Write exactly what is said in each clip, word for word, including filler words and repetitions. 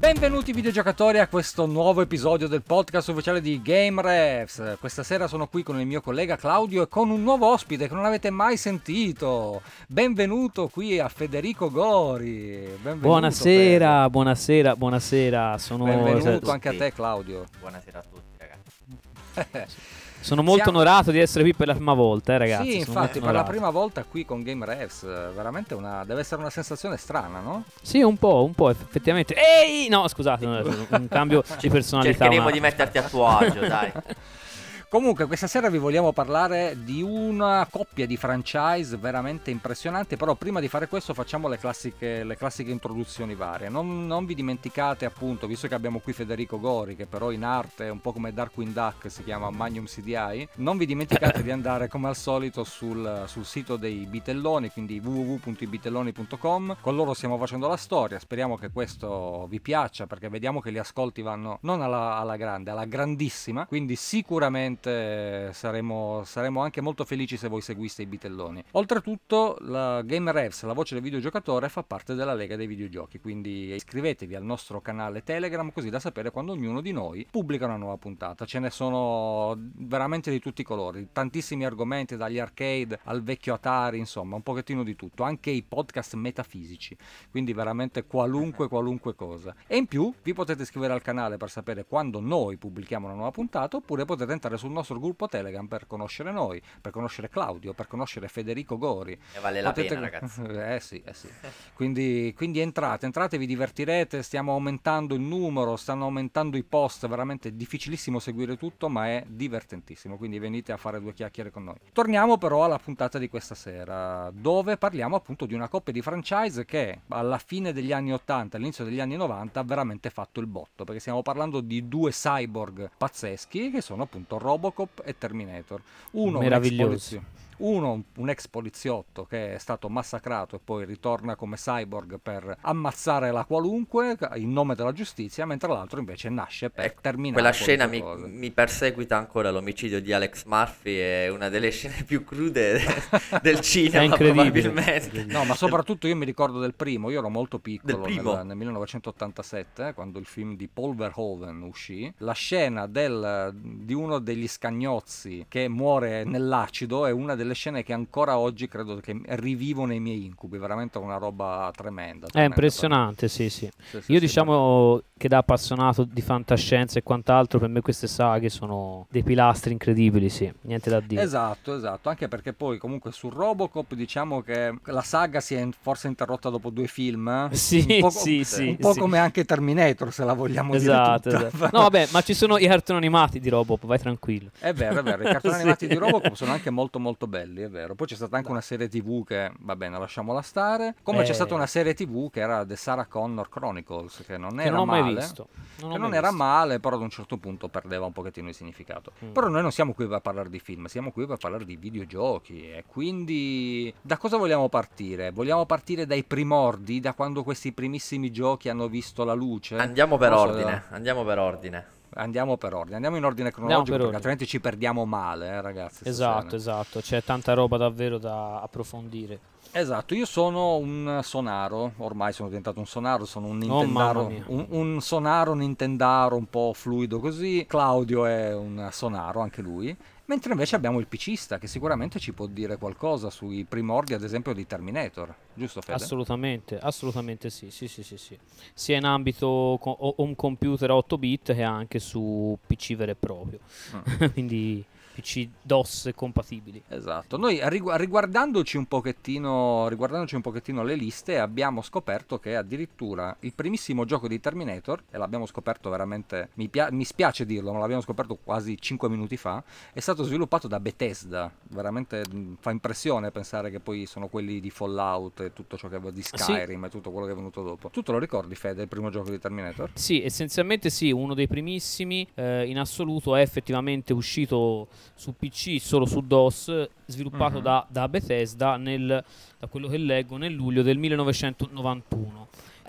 Benvenuti videogiocatori a questo nuovo episodio del podcast ufficiale di GameRefs. Questa sera sono qui con il mio collega Claudio e con un nuovo ospite che non avete mai sentito. Benvenuto qui a Federico Gori. Benvenuto, buonasera, Fede. buonasera, buonasera. Sono Benvenuto anche a te, Claudio. Buonasera a tutti, ragazzi. Sono molto Siamo... onorato di essere qui per la prima volta, eh, ragazzi. Sì, infatti, per onorato. la prima volta qui con GameRefs, veramente una... deve essere una sensazione strana, no? Sì, un po', un po', effettivamente. Ehi, no, scusate, no, un cambio di personalità. Cercheremo una... di metterti a tuo agio, dai. Comunque questa sera vi vogliamo parlare di una coppia di franchise veramente impressionante, però prima di fare questo facciamo le classiche, le classiche introduzioni varie. Non, non vi dimenticate appunto, visto che abbiamo qui Federico Gori, che però in arte è un po' come Darkwing Duck, si chiama Magnum C D I, non vi dimenticate di andare come al solito sul, sul sito dei Bitelloni, quindi w w w punto i bitelloni punto com. Con loro stiamo facendo la storia, speriamo che questo vi piaccia, perché vediamo che gli ascolti vanno non alla, alla grande, alla grandissima, quindi sicuramente saremo, saremo anche molto felici se voi seguiste i Bitelloni. Oltretutto la GameRefs, la voce del videogiocatore, fa parte della Lega dei Videogiochi, quindi iscrivetevi al nostro canale Telegram così da sapere quando ognuno di noi pubblica una nuova puntata. Ce ne sono veramente di tutti i colori, tantissimi argomenti, dagli arcade al vecchio Atari, insomma un pochettino di tutto, anche i podcast metafisici, quindi veramente qualunque qualunque cosa. E in più vi potete iscrivere al canale per sapere quando noi pubblichiamo una nuova puntata, oppure potete entrare sul nostro gruppo Telegram per conoscere noi, per conoscere Claudio, per conoscere Federico Gori. E vale la Potete... pena, ragazzi. Eh sì, eh sì. Quindi, quindi entrate, entrate, vi divertirete, stiamo aumentando il numero, stanno aumentando i post, veramente difficilissimo seguire tutto, ma è divertentissimo, quindi venite a fare due chiacchiere con noi. Torniamo però alla puntata di questa sera, dove parliamo appunto di una coppia di franchise che alla fine degli anni ottanta, all'inizio degli anni novanta ha veramente fatto il botto, perché stiamo parlando di due cyborg pazzeschi che sono appunto Robocop e Terminator. Uno meraviglioso. Uno, un ex poliziotto che è stato massacrato e poi ritorna come cyborg per ammazzare la qualunque in nome della giustizia, mentre l'altro invece nasce per Ecco, terminare quella scena mi, cose. mi perseguita ancora, l'omicidio di Alex Murphy è una delle scene più crude del cinema, probabilmente. No, ma soprattutto io mi ricordo del primo, io ero molto piccolo nel, nel millenovecentottantasette, eh, quando il film di Paul Verhoeven uscì. La scena del, di uno degli scagnozzi che muore nell'acido è una delle scene che ancora oggi credo che rivivo nei miei incubi, veramente una roba tremenda, tremenda. È impressionante, sì, sì. sì, sì Io sì, diciamo sì. che da appassionato di fantascienza e quant'altro, per me queste saghe sono dei pilastri incredibili, sì, niente da dire. Esatto, esatto, anche perché poi comunque su Robocop diciamo che la saga si è forse interrotta dopo due film, eh? Sì, un po', sì, sì. Un po' sì. come anche Terminator, se la vogliamo esatto, dire tutta. Esatto. No, vabbè, ma ci sono i cartoni animati di Robocop, vai tranquillo. È vero, è vero, i cartoni sì. animati di Robocop sono anche molto molto belli, è vero. Poi c'è stata anche una serie tv che, va bene, lasciamola stare. Come eh... c'è stata una serie tv che era The Sarah Connor Chronicles, che non che era non ho male. Mai visto. Non che ho non mai era visto. male, però ad un certo punto perdeva un pochettino di significato. Mm. Però noi non siamo qui per parlare di film, siamo qui per parlare di videogiochi. E quindi da cosa vogliamo partire? Vogliamo partire dai primordi, da quando questi primissimi giochi hanno visto la luce? Andiamo per so, ordine, da... andiamo per ordine. Andiamo per ordine, andiamo in ordine cronologico perché altrimenti ci perdiamo male, eh, ragazzi. Esatto, esatto, c'è tanta roba davvero da approfondire. Esatto, io sono un sonaro, ormai sono diventato un sonaro, sono un nintendaro, oh, un, un sonaro nintendaro un po' fluido così. Claudio è un sonaro, anche lui. Mentre invece abbiamo il picista che sicuramente ci può dire qualcosa sui primordi, ad esempio, di Terminator, giusto Fede? Assolutamente, assolutamente sì, sì, sì, sì, sì. Sia in ambito co- home computer otto bit che anche su P C vero e proprio. Mm. Quindi P C DOS compatibili. Esatto. Noi rigu- riguardandoci un pochettino, riguardandoci un pochettino le liste, abbiamo scoperto che addirittura il primissimo gioco di Terminator, e l'abbiamo scoperto veramente, mi, pia- mi spiace dirlo, ma l'abbiamo scoperto quasi cinque minuti fa, è stato sviluppato da Bethesda. Veramente mh, fa impressione pensare che poi sono quelli di Fallout e tutto ciò che di Skyrim, sì. E tutto quello che è venuto dopo. Tu te lo ricordi, Fede, il primo gioco di Terminator? Sì, essenzialmente sì, uno dei primissimi eh, in assoluto, è effettivamente uscito su P C solo su DOS, sviluppato mm-hmm. da, da Bethesda nel, da quello che leggo, nel luglio del millenovecentonovantuno.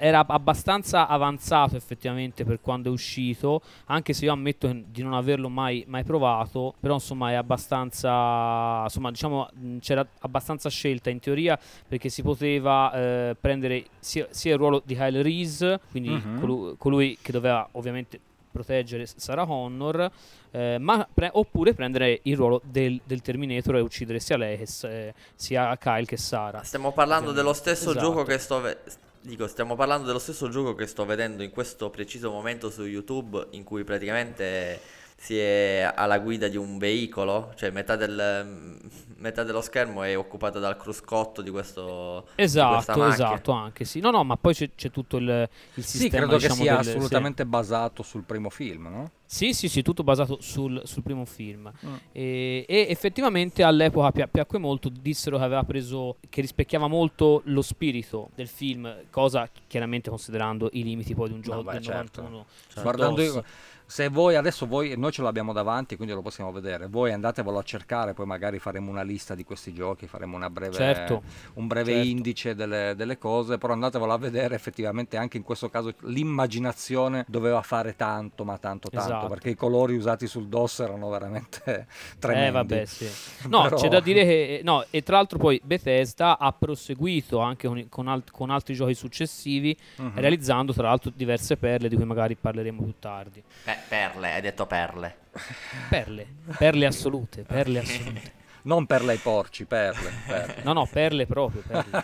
era abbastanza avanzato effettivamente per quando è uscito, anche se io ammetto di non averlo mai, mai provato, però insomma è abbastanza, insomma diciamo c'era abbastanza scelta in teoria, perché si poteva eh, prendere sia, sia il ruolo di Kyle Reese, quindi mm-hmm. colu- colui che doveva ovviamente proteggere Sarah Connor, eh, ma pre- oppure prendere il ruolo del, del Terminator e uccidere sia lei che eh, sia Kyle che Sarah. Stiamo parlando ovviamente. dello stesso esatto. gioco che sto ve- dico stiamo parlando dello stesso gioco che sto vedendo in questo preciso momento su YouTube, in cui praticamente si è alla guida di un veicolo, cioè metà del metà dello schermo è occupata dal cruscotto di questo esatto di esatto anche sì no no ma poi c'è, c'è tutto il, il sì, sistema, credo diciamo, che sia del, assolutamente sì. basato sul primo film, no? Sì, sì, sì, tutto basato sul, sul primo film. Mm. E, e effettivamente all'epoca pi- piacque molto, dissero che aveva preso, che rispecchiava molto lo spirito del film, cosa chiaramente considerando i limiti poi di un gioco no, beh, del certo. novantuno. Certo. Guardando io, se voi adesso voi noi ce l'abbiamo davanti, quindi lo possiamo vedere, voi andatevelo a cercare, poi magari faremo una lista di questi giochi, faremo una breve, certo. un breve certo. indice delle, delle cose, però andatevelo a vedere, effettivamente anche in questo caso l'immaginazione doveva fare tanto ma tanto tanto, esatto. perché i colori usati sul DOS erano veramente tremendi. Eh vabbè sì. No, però... c'è da dire che no, e tra l'altro poi Bethesda ha proseguito anche con, con, alt- con altri giochi successivi, uh-huh. realizzando tra l'altro diverse perle di cui magari parleremo più tardi. Beh, perle, hai detto perle. Perle, perle assolute, perle assolute. Non perle ai porci, perle, perle. No, no, perle proprio, perle.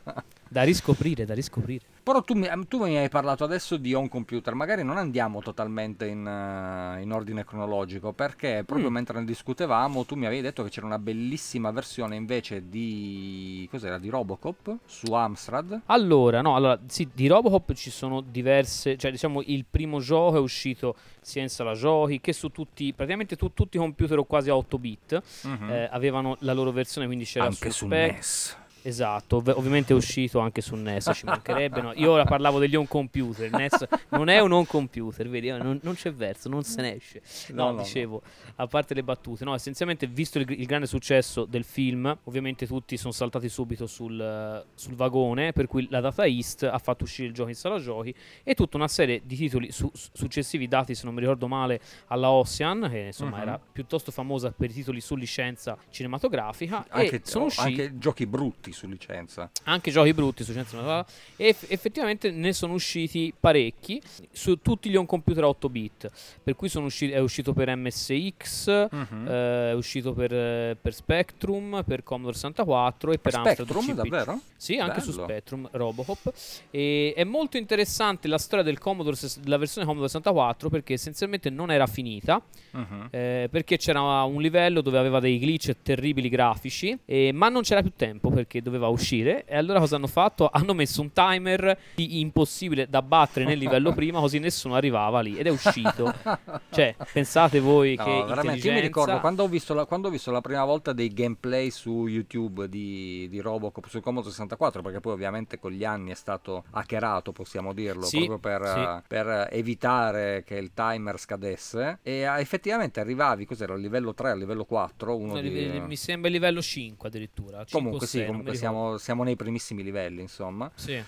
Da riscoprire, da riscoprire. Però tu mi, tu mi hai parlato adesso di home computer, magari non andiamo totalmente in, uh, in ordine cronologico, perché proprio mm. mentre ne discutevamo tu mi avevi detto che c'era una bellissima versione invece di, cos'era, di Robocop su Amstrad. Allora, no, allora, sì, di Robocop ci sono diverse, cioè diciamo il primo gioco è uscito sia in sala giochi che su tutti, praticamente tu, tutti i computer o quasi a otto bit mm-hmm. eh, avevano la loro versione, quindi c'era anche su su Spec- N E S. Esatto, ov- ovviamente è uscito anche su N E S, ci mancherebbe, no? Io ora parlavo degli home computer, N E S non è un home computer, vedi, non, non c'è verso, non se ne esce. No, no, no dicevo, no. A parte le battute, no, essenzialmente visto il, il grande successo del film, ovviamente tutti sono saltati subito sul, sul vagone, per cui la Data East ha fatto uscire il gioco in sala giochi e tutta una serie di titoli su- successivi dati, se non mi ricordo male, alla Ocean, che insomma uh-huh. era piuttosto famosa per i titoli su licenza cinematografica, anche, e sono usciti anche giochi brutti su licenza, anche giochi brutti su licenza, e eff- effettivamente ne sono usciti parecchi su tutti gli home computer a otto bit, per cui sono usciti, è uscito per M S X, uh-huh. eh, è uscito per, eh, per Spectrum, per Commodore sessantaquattro e per, per Amstrad Spectrum, C P C. davvero? Sì, anche Bello. Su Spectrum Robocop. E è molto interessante la storia del Commodore, della versione Commodore sessantaquattro, perché essenzialmente non era finita, uh-huh. eh, perché c'era un livello dove aveva dei glitch terribili grafici, eh, ma non c'era più tempo perché doveva uscire, e allora cosa hanno fatto? Hanno messo un timer impossibile da battere nel livello prima, così nessuno arrivava lì, ed è uscito. Cioè, pensate voi no, che veramente, intelligenza... io mi ricordo quando ho visto la, quando ho visto la prima volta dei gameplay su YouTube di, di Robocop su Commodore sessantaquattro, perché poi ovviamente con gli anni è stato hackerato, possiamo dirlo, sì, proprio per, sì. uh, per evitare che il timer scadesse, e uh, effettivamente arrivavi, cos'era, al livello tre, al livello quattro? Uno no, di... Mi sembra il livello cinque addirittura. Comunque sì, sei, comunque siamo, siamo nei primissimi livelli, insomma. Sì.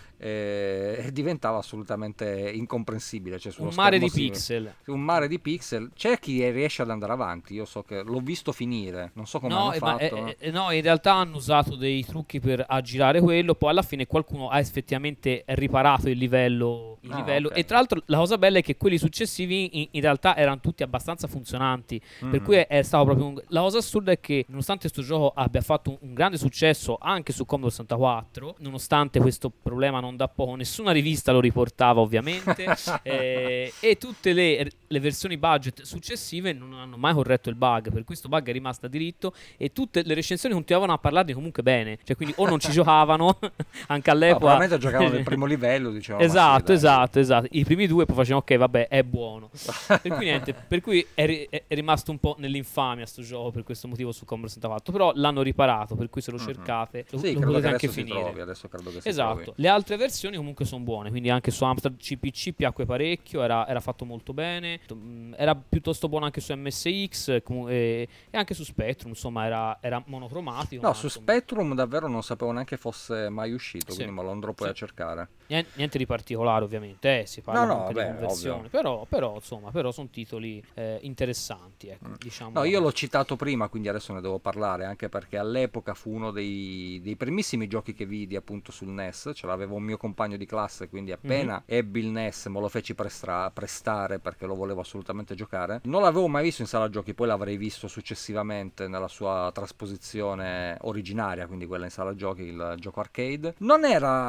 E, e diventava assolutamente incomprensibile. Cioè, un mare di si, pixel. Un mare di pixel. C'è chi riesce ad andare avanti, io so che l'ho visto finire, non so come no, hanno eh, fatto. Ma, eh, no, in realtà hanno usato dei trucchi per aggirare quello, poi alla fine qualcuno ha effettivamente riparato il livello, il ah, livello. Okay. E tra l'altro la cosa bella è che quelli successivi in, in realtà erano tutti abbastanza funzionanti, mm-hmm. per cui è, è stato proprio un... La cosa assurda è che nonostante questo gioco abbia fatto un, un grande successo anche su Commodore sessantaquattro, nonostante questo problema non da poco, nessuna rivista lo riportava ovviamente, eh, e tutte le, le versioni budget successive non hanno mai corretto il bug, per cui questo bug è rimasto a diritto, e tutte le recensioni continuavano a parlarne comunque bene, cioè quindi o non ci giocavano anche all'epoca, no, probabilmente giocavano nel primo livello, diciamo. Esatto, sì, esatto, esatto. I primi due poi facevano ok, vabbè, è buono. Per cui niente, per cui è, ri- è rimasto un po' nell'infamia sto gioco per questo motivo su Commodore sessantaquattro, però l'hanno riparato, per cui se lo cercate, uh-huh. lo, Sì, lo credo potete che anche adesso si finire. trovi, adesso credo che si Esatto, trovi. le altre versioni comunque sono buone, quindi anche su Amstrad C P C piacque parecchio, era, era fatto molto bene, mm, era piuttosto buono anche su M S X comu- e, e anche su Spectrum, insomma era, era monocromatico. No, ma, su insomma, Spectrum davvero non sapevo neanche fosse mai uscito, Sì, quindi me lo andrò poi sì. a cercare. Niente, niente di particolare ovviamente, eh, si parla No, no, comunque vabbè, di conversioni, però, però insomma, però sono titoli eh, interessanti, ecco, diciamo. No, io l'ho citato prima, quindi adesso ne devo parlare, anche perché all'epoca fu uno dei, dei primissimi giochi che vidi appunto sul N E S, ce l'avevo un mio compagno di classe, quindi appena Mhm. ebbi il N E S me lo feci prestra- prestare perché lo volevo assolutamente giocare. Non l'avevo mai visto in sala giochi, poi l'avrei visto successivamente nella sua trasposizione originaria, quindi quella in sala giochi, il gioco arcade. Non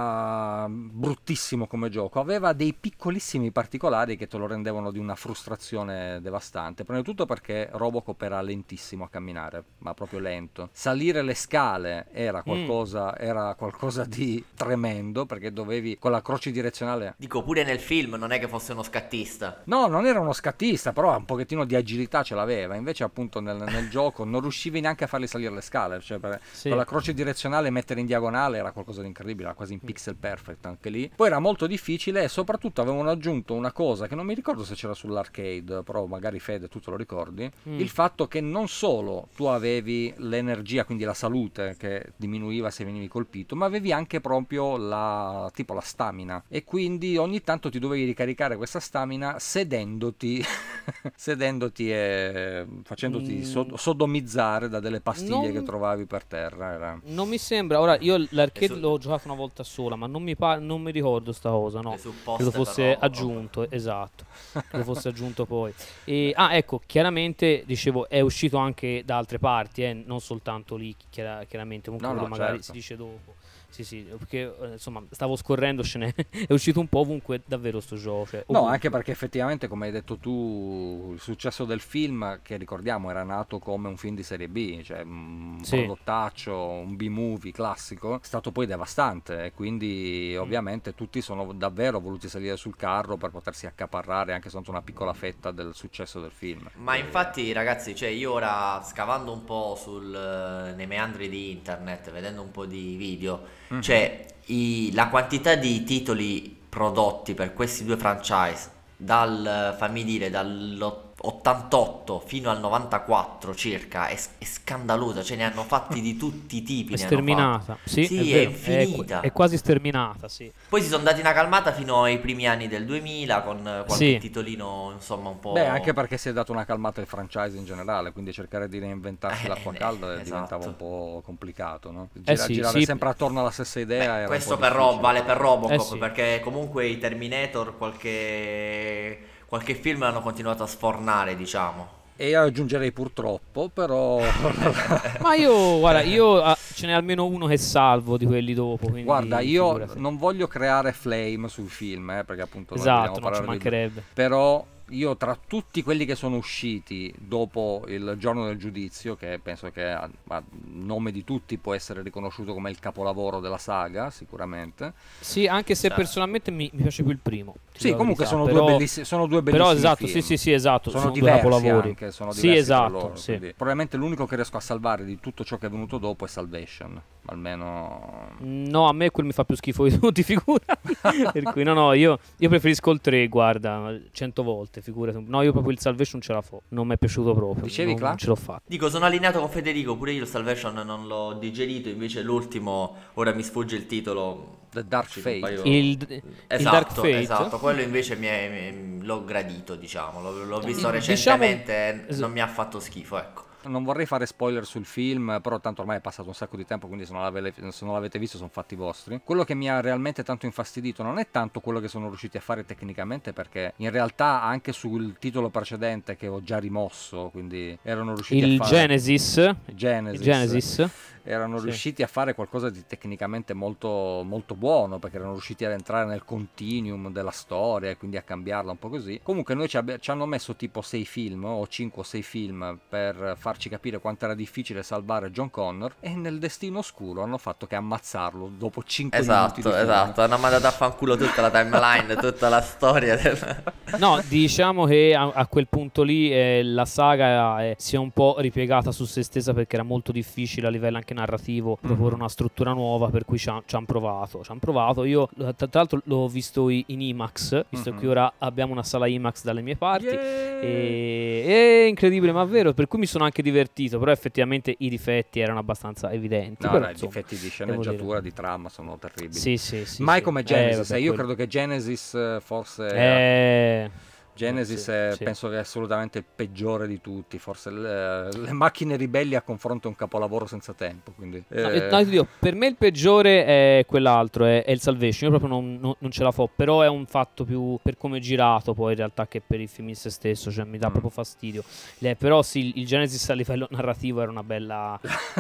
era bruttissimo come gioco, aveva dei piccolissimi particolari che te lo rendevano di una frustrazione devastante. Prima di tutto perché Robocop era lentissimo a camminare, ma proprio lento. Salire le scale era qualcosa, mm. era qualcosa di tremendo, perché dovevi con la croce direzionale. Dico, pure nel film non è che fosse uno scattista. No, non era uno scattista, però un pochettino di agilità ce l'aveva. Invece appunto nel, nel gioco non riuscivi neanche a farli salire le scale, cioè per, sì. Con la croce direzionale mettere in diagonale era qualcosa di incredibile, era quasi in pixel perfect anche lì. Poi era molto difficile e soprattutto avevano aggiunto una cosa che non mi ricordo se c'era sull'arcade, però magari Fede tu te lo ricordi, mm. il fatto che non solo tu avevi l'energia, quindi la salute che diminuiva se venivi colpito, ma avevi anche proprio la tipo la stamina, e quindi ogni tanto ti dovevi ricaricare questa stamina sedendoti sedendoti e facendoti mm. so- sodomizzare da delle pastiglie non... che trovavi per terra. Era... non mi sembra, ora io l'arcade su... l'ho giocato una volta sola, ma non mi, pa- non mi ricordo sta cosa, no, credo fosse però... aggiunto, esatto, credo fosse aggiunto poi. E, ah ecco, chiaramente dicevo è uscito anche da altre parti, eh, non soltanto lì, chiar- chiaramente, comunque no, no, magari certo. si dice dopo. Sì, sì, perché eh, insomma stavo scorrendo, scene è uscito un po' ovunque davvero sto gioco. Cioè, no, anche perché effettivamente, come hai detto tu, il successo del film, che ricordiamo era nato come un film di serie B, cioè un sì. prodottaccio, un B-movie classico, è stato poi devastante, e quindi mm. ovviamente tutti sono davvero voluti salire sul carro per potersi accaparrare anche soltanto una piccola fetta del successo del film. Ma infatti ragazzi, cioè io ora scavando un po' sul, nei meandri di internet, vedendo un po' di video, Mm-hmm. cioè i, la quantità di titoli prodotti per questi due franchise dal, fammi dire, dall'ottantotto fino al novantaquattro circa è, è scandalosa, ce ne hanno fatti di tutti i tipi. È sterminata, sì, sì, è, è infinita, è, è quasi sterminata, sì. Poi si sono dati una calmata fino ai primi anni del duemila con qualche sì. titolino insomma un po'. Beh, anche perché si è dato una calmata al franchise in generale, quindi cercare di reinventarsi eh, l'acqua calda eh, diventava esatto. un po' complicato, no? Gira, eh sì, girare sì. sempre attorno alla stessa idea. Beh, era questo per Rob, vale per Robocop, eh sì. perché comunque i Terminator qualche, qualche film l'hanno continuato a sfornare, diciamo. E io aggiungerei purtroppo, però. Ma io, guarda, io ah, ce n'è almeno uno che salvo di quelli dopo. Quindi guarda, io figurati. non voglio creare flame sui film, eh, perché appunto esatto, non ci mancherebbe. Di... Però io tra tutti quelli che sono usciti dopo il giorno del giudizio, che penso che a, a nome di tutti può essere riconosciuto come il capolavoro della saga, sicuramente. Sì, anche se sì. personalmente mi, mi piace più il primo. Sì, comunque sono, però, due bellissi- sono due bellissimi però esatto, film. sì, sì, sì, esatto. Sono, sono diversi due capolavori. Anche, sono diversi sì, esatto. loro, sì. Probabilmente l'unico che riesco a salvare di tutto ciò che è venuto dopo è Salvation. Almeno. No, a me quel mi fa più schifo di tutti, figurati. Per cui no, no, io, io preferisco il tre, guarda, cento volte, figurati. No, io proprio il Salvation ce la fo. Non mi è piaciuto proprio. Dicevi, non, non ce l'ho fatto. Dico, sono allineato con Federico, pure io il Salvation non l'ho digerito, invece l'ultimo, ora mi sfugge il titolo. The Dark Fate. Paio... Il, esatto, il Dark Fate. Esatto, quello invece mi è, mi, l'ho gradito, diciamo. L'ho, l'ho visto recentemente, diciamo, non mi ha fatto schifo, ecco. Non vorrei fare spoiler sul film, però tanto ormai è passato un sacco di tempo, quindi se non, l'avete, se non l'avete visto sono fatti vostri. Quello che mi ha realmente tanto infastidito non è tanto quello che sono riusciti a fare tecnicamente, perché in realtà anche sul titolo precedente che ho già rimosso, quindi erano riusciti il a fare Genesis, Genesis, il Genesis erano sì. riusciti a fare qualcosa di tecnicamente molto, molto buono, perché erano riusciti ad entrare nel continuum della storia e quindi a cambiarla un po' così. Comunque noi ci, abbi- ci hanno messo tipo sei film o cinque o sei film per farci capire quanto era difficile salvare John Connor, e nel destino oscuro hanno fatto che ammazzarlo dopo cinque esatto, minuti di film. Esatto, hanno mandato a fanculo tutta la timeline, tutta la storia del... No, diciamo che a, a quel punto lì eh, la saga eh, si è un po' ripiegata su se stessa, perché era molto difficile a livello anche narrativo proporre una struttura nuova, per cui ci hanno provato. Ci hanno provato. Io tra l'altro l'ho visto in IMAX, visto mm-hmm. che ora abbiamo una sala IMAX dalle mie parti. Yeah! E è incredibile, ma vero, per cui mi sono anche divertito, però effettivamente i difetti erano abbastanza evidenti. No, però, no, insomma, i difetti di sceneggiatura, di trama sono terribili. Sì, sì, sì. Mai sì. come Genesis, eh, vabbè, io quello... credo che Genesis forse... Eh... Genesis sì, è, sì. penso che è assolutamente il peggiore di tutti, forse le, le macchine ribelli a confronto è un capolavoro senza tempo, quindi, no, eh. no, Dio, per me il peggiore è quell'altro, è, è il Salvation. Io proprio non, non, non ce la fo, però è un fatto più per come è girato poi in realtà che per il film in se stesso, cioè mi dà mm. proprio fastidio. Le, però sì, il Genesis a livello narrativo era una bella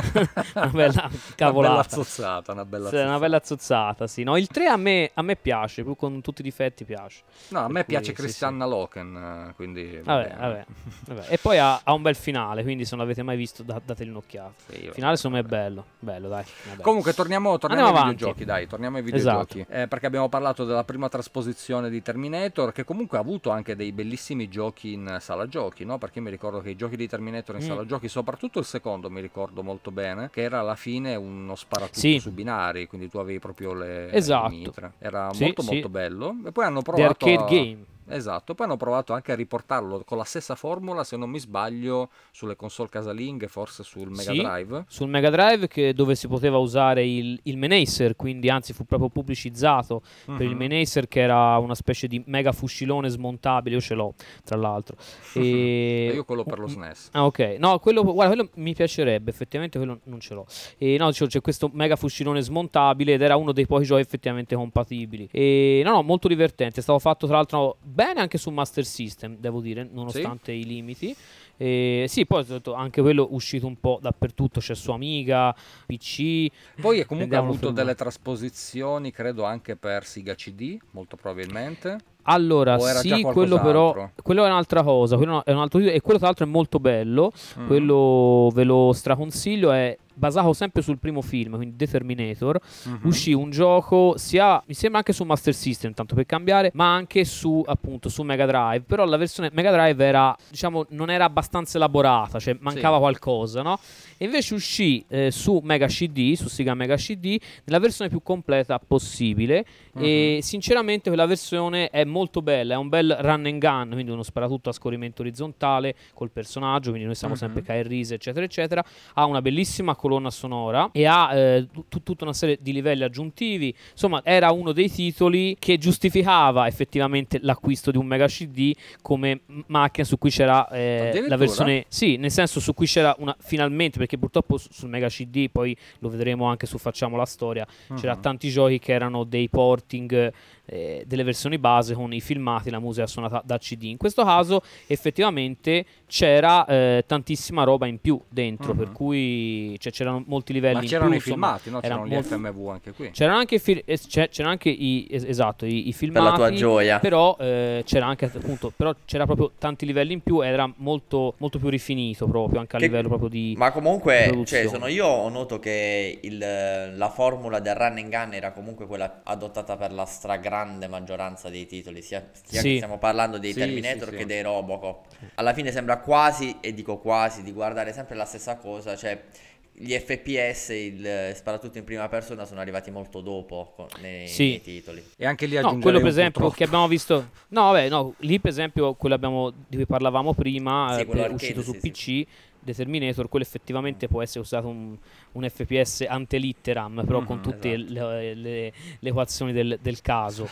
una bella cavolata, una bella zozzata, una bella sì, zozzata. Una bella zozzata, sì. No, il tre a me, a me piace, più con tutti i difetti piace. No, a per me cui, piace sì, Christiana sì. Loken, quindi vabbè, vabbè, vabbè. E poi ha, ha un bel finale, quindi se non l'avete mai visto da, dateli un'occhiata. Sì, il finale secondo me è bello, bello dai. Vabbè. Comunque torniamo, torniamo ai avanti. videogiochi, dai, torniamo ai videogiochi. Esatto. Eh, perché abbiamo parlato della prima trasposizione di Terminator, che comunque ha avuto anche dei bellissimi giochi in sala giochi, no? Perché io mi ricordo che i giochi di Terminator in mm. sala giochi, soprattutto il secondo mi ricordo molto bene, che era alla fine uno sparatutto sì. su binari, quindi tu avevi proprio le, esatto. le mitra. Era sì, molto sì. molto bello. E poi hanno provato The arcade a... game. Esatto, poi hanno provato anche a riportarlo con la stessa formula, se non mi sbaglio, sulle console casalinghe, forse sul Mega sì, Drive. Sul Mega Drive, che dove si poteva usare il, il Menacer, quindi anzi fu proprio pubblicizzato uh-huh. per il Menacer, che era una specie di mega fucilone smontabile. Io ce l'ho, tra l'altro. E... io quello per lo S N E S. Ah, ok. No, quello, guarda, quello mi piacerebbe, effettivamente quello non ce l'ho. E no, c'è questo mega fucilone smontabile ed era uno dei pochi giochi effettivamente compatibili. E no, no, molto divertente. È stato fatto tra l'altro bene anche su Master System, devo dire, nonostante sì? i limiti. E sì, poi anche quello uscito un po' dappertutto, c'è su Amiga, P C. Poi è comunque ha avuto delle trasposizioni, credo anche per Sega C D, molto probabilmente. Allora, sì, quello però quello è un'altra cosa, quello è un altro titolo, e quello tra l'altro è molto bello, mm. quello ve lo straconsiglio, è basato sempre sul primo film, quindi The Terminator. Mm-hmm. Uscì un gioco sia, mi sembra anche su Master System, tanto per cambiare, ma anche su appunto su Mega Drive, però la versione Mega Drive era, diciamo, non era abbastanza elaborata, cioè mancava sì. qualcosa, no? E invece uscì eh, su Mega C D, su Sega Mega C D, nella versione più completa possibile. Mm-hmm. E sinceramente quella versione è molto bella, è un bel run and gun, quindi uno sparatutto a scorrimento orizzontale col personaggio, quindi noi siamo mm-hmm. sempre Kyle Reese, eccetera eccetera. Ha una bellissima colonna sonora e ha eh, t- tutta una serie di livelli aggiuntivi. Insomma, era uno dei titoli che giustificava effettivamente l'acquisto di un Mega C D come macchina su cui c'era eh, la versione, sì, nel senso su cui c'era una, finalmente, perché purtroppo sul Mega C D, poi lo vedremo anche su Facciamo la Storia, uh-huh. c'era tanti giochi che erano dei porting eh, delle versioni base con i filmati, la musica suonata da C D. In questo caso effettivamente c'era eh, tantissima roba in più dentro, uh-huh. per cui cioè, c'erano molti livelli. Ma in c'erano più, i filmati, insomma, no? C'erano gli molto... F M V anche qui. C'erano anche, fi- eh, c'erano anche i, es- esatto, i, i filmati. Per la tua gioia. Però eh, c'era anche appunto, però c'era proprio tanti livelli in più, era molto, molto più rifinito proprio anche a che... livello proprio di. Ma comunque, cioè, sono io ho noto che il, la formula del run and gun era comunque quella adottata per la stragrande maggioranza dei titoli, sia, sia sì. che stiamo parlando dei sì, Terminator sì, sì. che dei Robocop. Alla fine sembra quasi, e dico quasi, di guardare sempre la stessa cosa, cioè gli F P S, il sparatutto in prima persona sono arrivati molto dopo con, nei, sì. nei titoli. E anche lì no, quello per esempio che abbiamo visto. No, vabbè, no, lì per esempio quello abbiamo, di cui parlavamo prima, sì, eh, arcade, uscito su sì, P C. Sì. The Terminator, quello effettivamente può essere usato un, un F P S ante litteram, però mm-hmm, con tutte esatto. le, le, le equazioni del, del caso.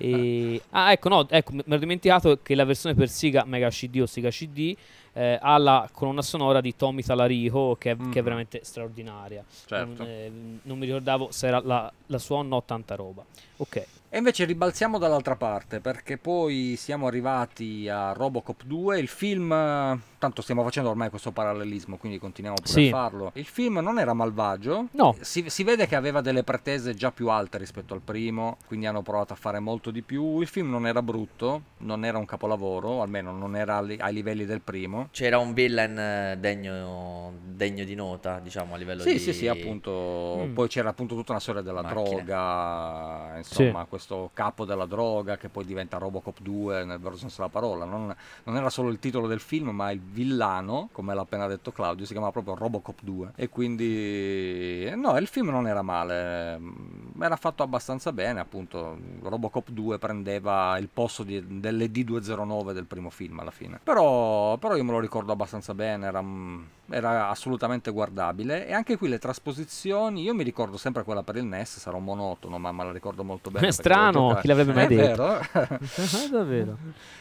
e, ah, ecco, no, ecco, mi ero dimenticato che la versione per Sega Mega C D o Sega C D eh, ha la colonna sonora di Tommy Talarico, che è, mm-hmm. che è veramente straordinaria. Certo. Non, eh, non mi ricordavo se era la, la sua o no, tanta roba. Ok. E invece ribalziamo dall'altra parte, perché poi siamo arrivati a Robocop due, il film, tanto stiamo facendo ormai questo parallelismo, quindi continuiamo pure sì. a farlo. Il film non era malvagio, no. si, si vede che aveva delle pretese già più alte rispetto al primo, quindi hanno provato a fare molto di più. Il film non era brutto, non era un capolavoro, almeno non era ai livelli del primo. C'era un villain degno, degno di nota, diciamo, a livello sì, di... Sì, sì, appunto, mm. poi c'era appunto tutta una storia della macchine. droga, insomma, sì. questo capo della droga che poi diventa Robocop due nel vero senso della parola. Non, non era solo il titolo del film, ma il villano, come l'ha appena detto Claudio, si chiamava proprio Robocop due. E quindi no, il film non era male, era fatto abbastanza bene, appunto. Robocop due prendeva il posto di, delle D duecentonove del primo film alla fine. Però, però io me lo ricordo abbastanza bene, era, era assolutamente guardabile. E anche qui le trasposizioni, io mi ricordo sempre quella per il N E S, sarò monotono, ma me la ricordo molto bene. È strano, chi l'avrebbe mai è detto? Vero? Davvero.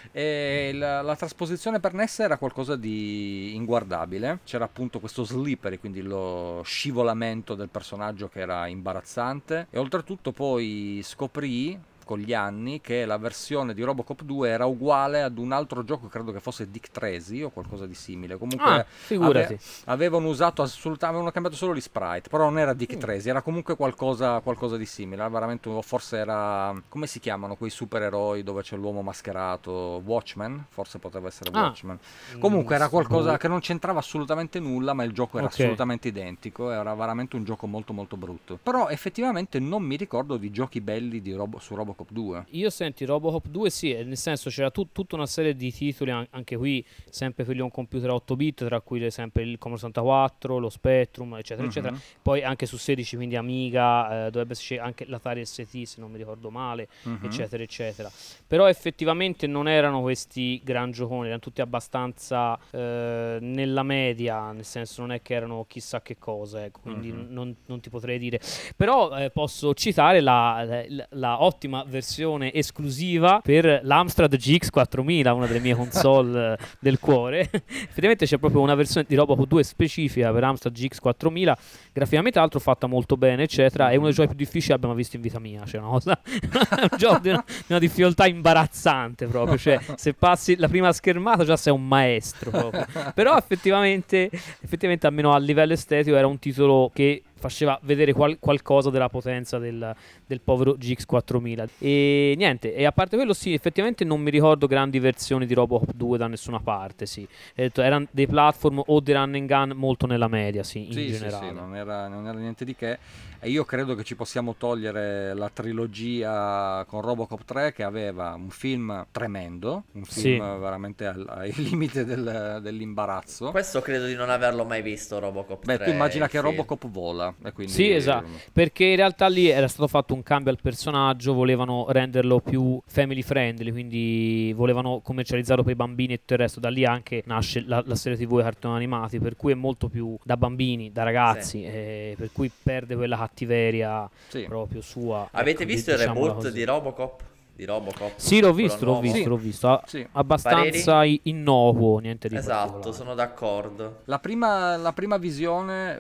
E la, la trasposizione per N E S era qualcosa di inguardabile. C'era appunto questo slippery, quindi lo scivolamento del personaggio che era imbarazzante. E oltretutto poi scoprì con gli anni che la versione di Robocop due era uguale ad un altro gioco, credo che fosse Dick Tracy o qualcosa di simile. Comunque ah, figurati. ave- avevano usato assolutamente, avevano cambiato solo gli sprite, però non era Dick Tracy, era comunque qualcosa, qualcosa di simile. Era veramente, forse era, come si chiamano quei supereroi dove c'è l'uomo mascherato? Watchmen? Forse poteva essere Ah. Watchmen. Comunque era qualcosa boh. che non c'entrava assolutamente nulla, ma il gioco era Ok. assolutamente identico. Era veramente un gioco molto molto brutto. Però effettivamente non mi ricordo di giochi belli di Robo- su Robocop due. Io senti Robocop due sì, nel senso c'era tut- tutta una serie di titoli an- anche qui sempre per gli home computer a otto bit, tra cui le- sempre il Commodore sessantaquattro, lo Spectrum eccetera Mhm. eccetera, poi anche su sedici, quindi Amiga, eh, dovrebbe esserci anche l'Atari S T se non mi ricordo male, Mhm. eccetera eccetera. Però effettivamente non erano questi gran gioconi, erano tutti abbastanza eh, nella media, nel senso non è che erano chissà che cosa, ecco, quindi Mhm. non, non ti potrei dire. Però eh, posso citare la, la- la ottima versione esclusiva per l'Amstrad G X quattromila, una delle mie console eh, del cuore. Effettivamente c'è proprio una versione di Robocop due specifica per Amstrad G X quattromila, graficamente tra l'altro fatta molto bene eccetera, è uno dei giochi più difficili che abbiamo visto in vita mia, cioè una cosa è un gioco di una, di una difficoltà imbarazzante proprio, cioè se passi la prima schermata già sei un maestro proprio. Però effettivamente effettivamente almeno a livello estetico era un titolo che faceva vedere qual- qualcosa della potenza del, del povero G X quattromila. E niente, e a parte quello sì, effettivamente non mi ricordo grandi versioni di Robocop due da nessuna parte, sì. Ho detto, erano dei platform o dei run and gun molto nella media, sì, in Sì, sì, generale. sì, non era, non era niente di che. E io credo che ci possiamo togliere la trilogia con Robocop tre, che aveva un film tremendo, un Sì. film veramente al, ai limiti del- dell'imbarazzo. Questo credo di non averlo mai visto, Robocop Beh, tre, tu immagina il che film. Robocop vola, e quindi... Sì, esatto, perché in realtà lì era stato fatto un cambio al personaggio, volevano renderlo più family friendly, quindi volevano commercializzarlo per i bambini e tutto il resto. Da lì anche nasce la, la serie tivù e i cartoni animati, per cui è molto più da bambini, da ragazzi, Sì. eh, per cui perde quella cattiveria Sì. proprio sua. Avete ecco, visto il diciamola reboot così. di Robocop? Di Robocop? Sì, l'ho Quello visto, l'ho nuovo? visto, Sì. l'ho visto. A- Sì. abbastanza i- innocuo, niente di Esatto, particolare. sono d'accordo. La prima, la prima visione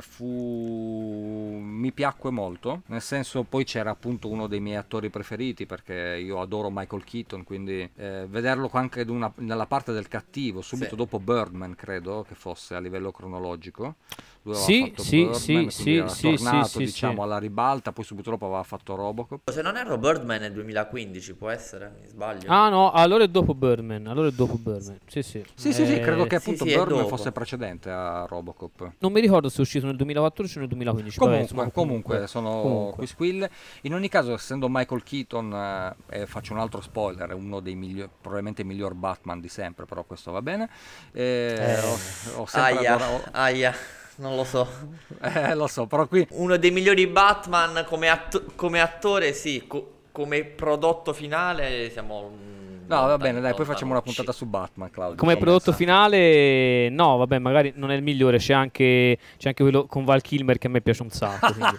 fu... mi piacque molto, nel senso poi c'era appunto uno dei miei attori preferiti, perché io adoro Michael Keaton, quindi eh, vederlo anche ad una- nella parte del cattivo, subito Sì. dopo Birdman credo che fosse a livello cronologico. Lui aveva Sì, fatto sì, Birdman, sì, quindi sì, era sì, tornato sì, sì, diciamo sì. alla ribalta, poi subito dopo aveva fatto Robocop. Se non erro Birdman nel duemilaquindici, può essere? Mi sbaglio? Ah no, allora è dopo Birdman, allora è dopo Birdman. Sì, sì. Sì, sì, sì, Eh, credo che sì, appunto sì, è Birdman dopo. fosse precedente a Robocop. Non mi ricordo se è uscito nel duemilaquattordici o nel duemilaquindici. Vabbè, Comunque, insomma, comunque, sono comunque. quisquille. In ogni caso, essendo Michael Keaton, eh, e faccio un altro spoiler, è uno dei migliori, probabilmente il miglior Batman di sempre, però questo va bene. Eh, Eh. ho, ho sempre Aia, adorato... aia, non lo so. Eh, lo so, però qui... Uno dei migliori Batman come, att- come attore, sì. Co- come prodotto finale siamo... mm, No, va lontani, bene, dai, poi facciamo una lontanucci. puntata su Batman, Claudio. Come Sì, prodotto esatto. finale, no, vabbè, magari non è il migliore. C'è anche, c'è anche quello con Val Kilmer che a me piace un sacco. quindi.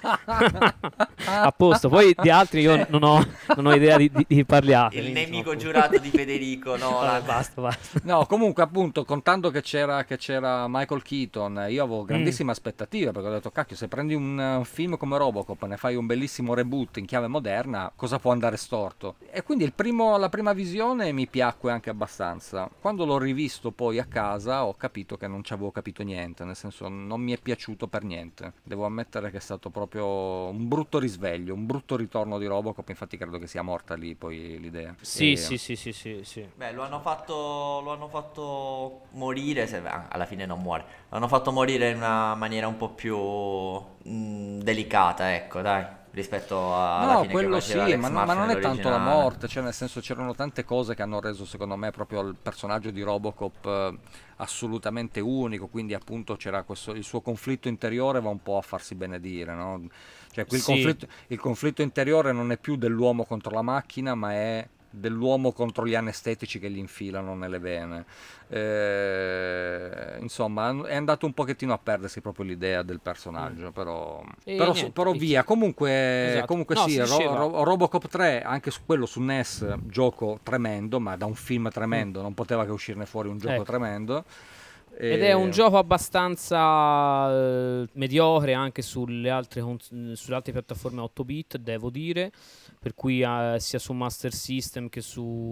A posto. Poi di altri io non ho, non ho idea di, di, di parliate. Il quindi, nemico insomma, giurato di Federico Vabbè, Nolan. basta, basta. No, comunque appunto, contando che c'era, che c'era Michael Keaton, io avevo grandissime aspettative, perché ho detto, cacchio, se prendi un, un film come Robocop e ne fai un bellissimo reboot in chiave moderna, cosa può andare storto? E quindi il primo, la prima visione mi piacque anche abbastanza. Quando l'ho rivisto poi a casa ho capito che non ci avevo capito niente, nel senso non mi è piaciuto per niente. Devo ammettere che è stato proprio un brutto risveglio, un brutto ritorno di Robocop, infatti credo che sia morta lì poi l'idea. Sì, E- sì, sì, sì, sì, sì. Beh, lo hanno fatto, lo hanno fatto morire, se, ah, alla fine non muore, lo hanno fatto morire in una maniera un po' più mm, delicata, ecco, dai. rispetto alla No, fine quello che faceva sì, Alex ma, Murphy ma non è tanto la nell'originale. morte, cioè nel senso c'erano tante cose che hanno reso secondo me proprio il personaggio di Robocop eh, assolutamente unico, quindi appunto c'era questo, il suo conflitto interiore va un po' a farsi benedire, no? Cioè qui il Sì, conflitto, il conflitto interiore non è più dell'uomo contro la macchina, ma è dell'uomo contro gli anestetici che gli infilano nelle vene. Eh, insomma, è andato un pochettino a perdersi proprio l'idea del mm. personaggio, però, E però, niente, però e via. chi... Comunque, Esatto. comunque No, sì, si Ro- diceva... Ro- Robocop tre, anche su quello su N E S, gioco tremendo, ma da un film Mm, tremendo, non poteva che uscirne fuori un gioco ecco. tremendo. Ed è un E... gioco abbastanza eh, mediocre anche sulle altre, cons- sulle altre piattaforme otto bit, devo dire, per cui eh, sia su Master System che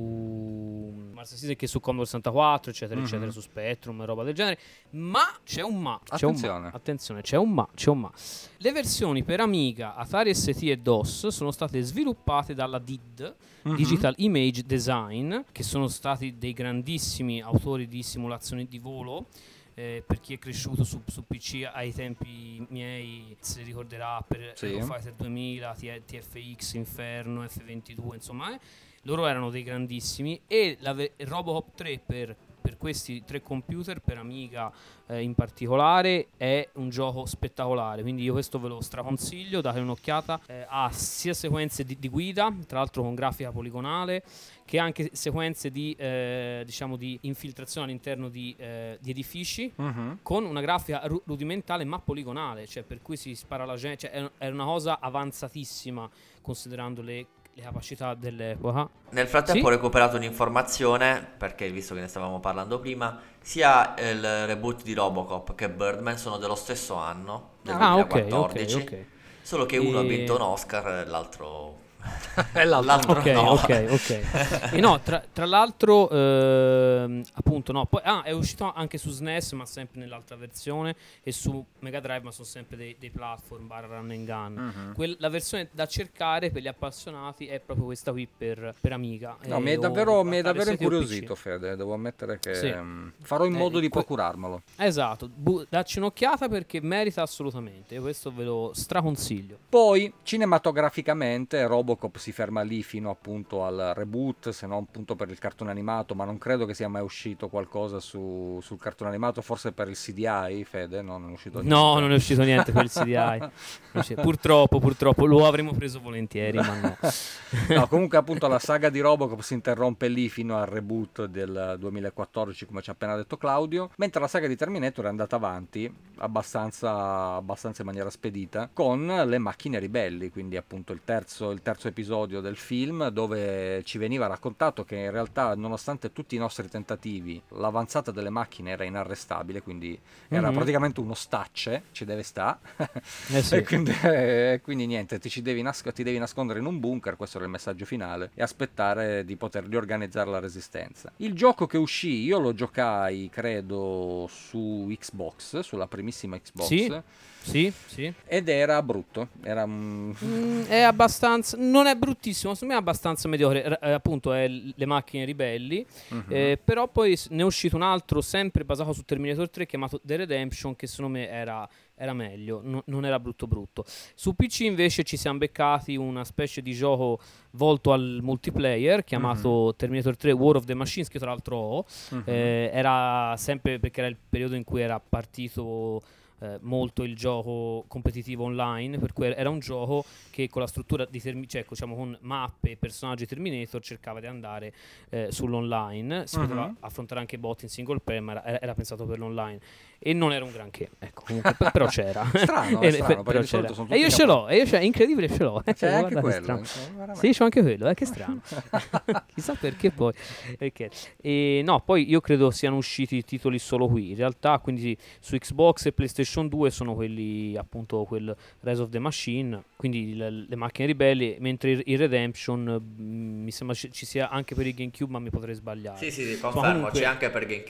su Master System che su Commodore sessantaquattro, eccetera, eccetera, Mhm. su Spectrum e roba del genere. Ma c'è un ma, c'è un ma, Attenzione. attenzione, c'è un ma, c'è un ma. Le versioni per Amiga, Atari S T e DOS sono state sviluppate dalla D I D, Mhm. Digital Image Design, che sono stati dei grandissimi autori di simulazioni di volo. Eh, per chi è cresciuto su, su P C ai tempi miei si ricorderà per Sì. Eurofighter duemila, T- TFX, Inferno, F ventidue, insomma, eh. Loro erano dei grandissimi e la ve- Robocop tre per, per questi tre computer, per Amiga eh, in particolare, è un gioco spettacolare, quindi io questo ve lo straconsiglio, date un'occhiata, eh, ha sia sequenze di, di guida, tra l'altro con grafica poligonale, che anche sequenze di, eh, diciamo di infiltrazione all'interno di, eh, di edifici Mhm. con una grafica ru- rudimentale ma poligonale, cioè per cui si spara la gente, cioè è, è una cosa avanzatissima considerando le, le capacità dell'epoca. Nel frattempo ho Sì? recuperato un'informazione, perché visto che ne stavamo parlando prima, sia il reboot di Robocop che Birdman sono dello stesso anno, del Ah. Ah, ok, ok, duemilaquattordici, ok. solo che uno ha vinto un E... Oscar e l'altro... E l'altro no. l'altro Ok, no. ok, ok. E no, tra, tra l'altro, ehm, appunto, no, poi, ah, è uscito anche su S N E S, ma sempre nell'altra versione, e su Mega Drive, ma sono sempre dei, dei platform, barra run and gun. Mhm. Quel- la versione da cercare per gli appassionati è proprio questa qui per, per Amiga. No, mi eh, è o davvero, mi è Atari davvero S T o P C. incuriosito, Fede. Devo ammettere che Sì. mm, farò in modo Eh, di que- procurarmelo. Esatto, bu- dacci un'occhiata perché merita assolutamente. Io questo ve lo straconsiglio. Poi, cinematograficamente, Robocop si ferma lì fino appunto al reboot, se non appunto per il cartone animato, ma non credo che sia mai uscito qualcosa su- sul cartone animato, forse per il C D I, Fede, no, non è uscito niente. No, non è uscito niente per il C D I. Non c'è- Purtroppo, purtroppo lo avremmo preso volentieri, ma no. No, comunque appunto la saga di Robocop si interrompe lì fino al reboot del duemilaquattordici, come ci ha appena detto Claudio, mentre la saga di Terminator è andata avanti abbastanza, abbastanza in maniera spedita con le macchine ribelli, quindi appunto il terzo, il terzo episodio del film, dove ci veniva raccontato che in realtà, nonostante tutti i nostri tentativi, l'avanzata delle macchine era inarrestabile, quindi era Mhm. praticamente uno stacce, ci deve sta. Eh sì. E quindi, eh, quindi niente, ti, ci devi nas- ti devi nascondere in un bunker, questo era il messaggio finale, e aspettare di poter riorganizzare la resistenza. Il gioco che uscì, io lo giocai, credo, su Xbox, sulla primissima Xbox, Sì, sì, sì. ed era brutto, era un... Mm, è abbastanza, non è bruttissimo, secondo me è abbastanza mediocre. R- eh, appunto, è l- le macchine ribelli. Mhm. Eh, però poi s- ne è uscito un altro sempre basato su Terminator tre chiamato The Redemption, che secondo me era, era meglio, no- non era brutto brutto. Su P C invece ci siamo beccati una specie di gioco volto al multiplayer chiamato Terminator tre War of the Machines, che tra l'altro ho. Mhm. Eh, era sempre perché era il periodo in cui era partito eh, molto il gioco competitivo online, per cui era un gioco che con la struttura di termi- cioè diciamo con mappe e personaggi Terminator cercava di andare eh, sull'online, si Mhm. poteva affrontare anche bot in single player, ma era, era pensato per l'online e non era un granché, ecco, comunque, per- però c'era. Strano, E- è strano, per- perché però di solito c'era. sono E io tutti ce camp- l'ho, e io ce- è incredibile, ce l'ho. C'è anche Guarda che quello, strano. insomma, veramente. Sì, c'ho anche quello, eh, che strano. Chissà perché poi. Perché. E no, poi io credo siano usciti titoli solo qui. In realtà, quindi su Xbox e PlayStation due sono quelli, appunto, quel Rise of the Machine, quindi le, le macchine ribelli, mentre il, il Redemption mh, mi sembra ci, ci sia anche per il GameCube, ma mi potrei sbagliare. Sì, sì, sì, Insomma, confermo, comunque- c'è anche per GameCube.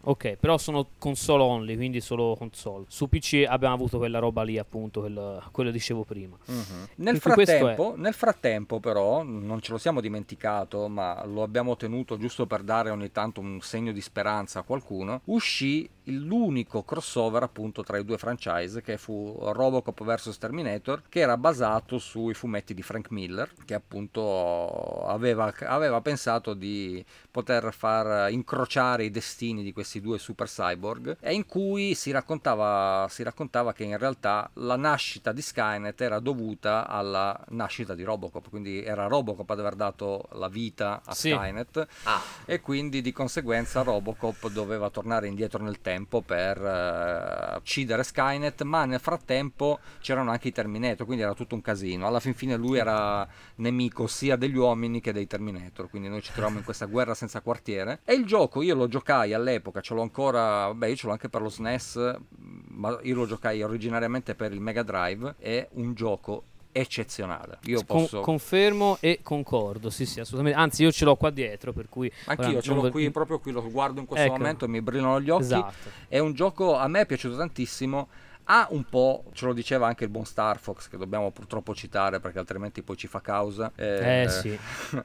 Ok, però sono console only, quindi solo console. Su P C abbiamo avuto quella roba lì, appunto, quello, quello dicevo prima. Mm-hmm. Nel, frattempo, nel frattempo, però, non ce lo siamo dimenticato, ma lo abbiamo tenuto giusto per dare ogni tanto un segno di speranza a qualcuno, uscì l'unico crossover appunto tra i due franchise, che fu Robocop versus Terminator, che era basato sui fumetti di Frank Miller, che appunto aveva, aveva pensato di poter far incrociare i destini di questi due super cyborg, e in cui si raccontava, si raccontava che in realtà la nascita di Skynet era dovuta alla nascita di Robocop, quindi era Robocop ad aver dato la vita a sì. Skynet, ah. e quindi di conseguenza Robocop doveva tornare indietro nel tempo per uh, uccidere Skynet, ma nel frattempo c'erano anche i Terminator, quindi era tutto un casino. Alla fin fine lui era nemico sia degli uomini che dei Terminator, quindi noi ci troviamo in questa guerra senza quartiere. E il gioco io lo giocai all'epoca, ce l'ho ancora, beh io ce l'ho anche per lo S N E S, ma io lo giocai originariamente per il Mega Drive. È un gioco eccezionale. Io posso... Con, confermo e concordo, sì sì, assolutamente. Anzi, io ce l'ho qua dietro, per cui anch'io ora, ce l'ho qui, proprio qui, lo guardo in questo ecco. momento e mi brillano gli occhi. Esatto. È un gioco, a me è piaciuto tantissimo. Ha un po', ce lo diceva anche il buon Star Fox, che dobbiamo purtroppo citare perché altrimenti poi ci fa causa. Eh, eh sì.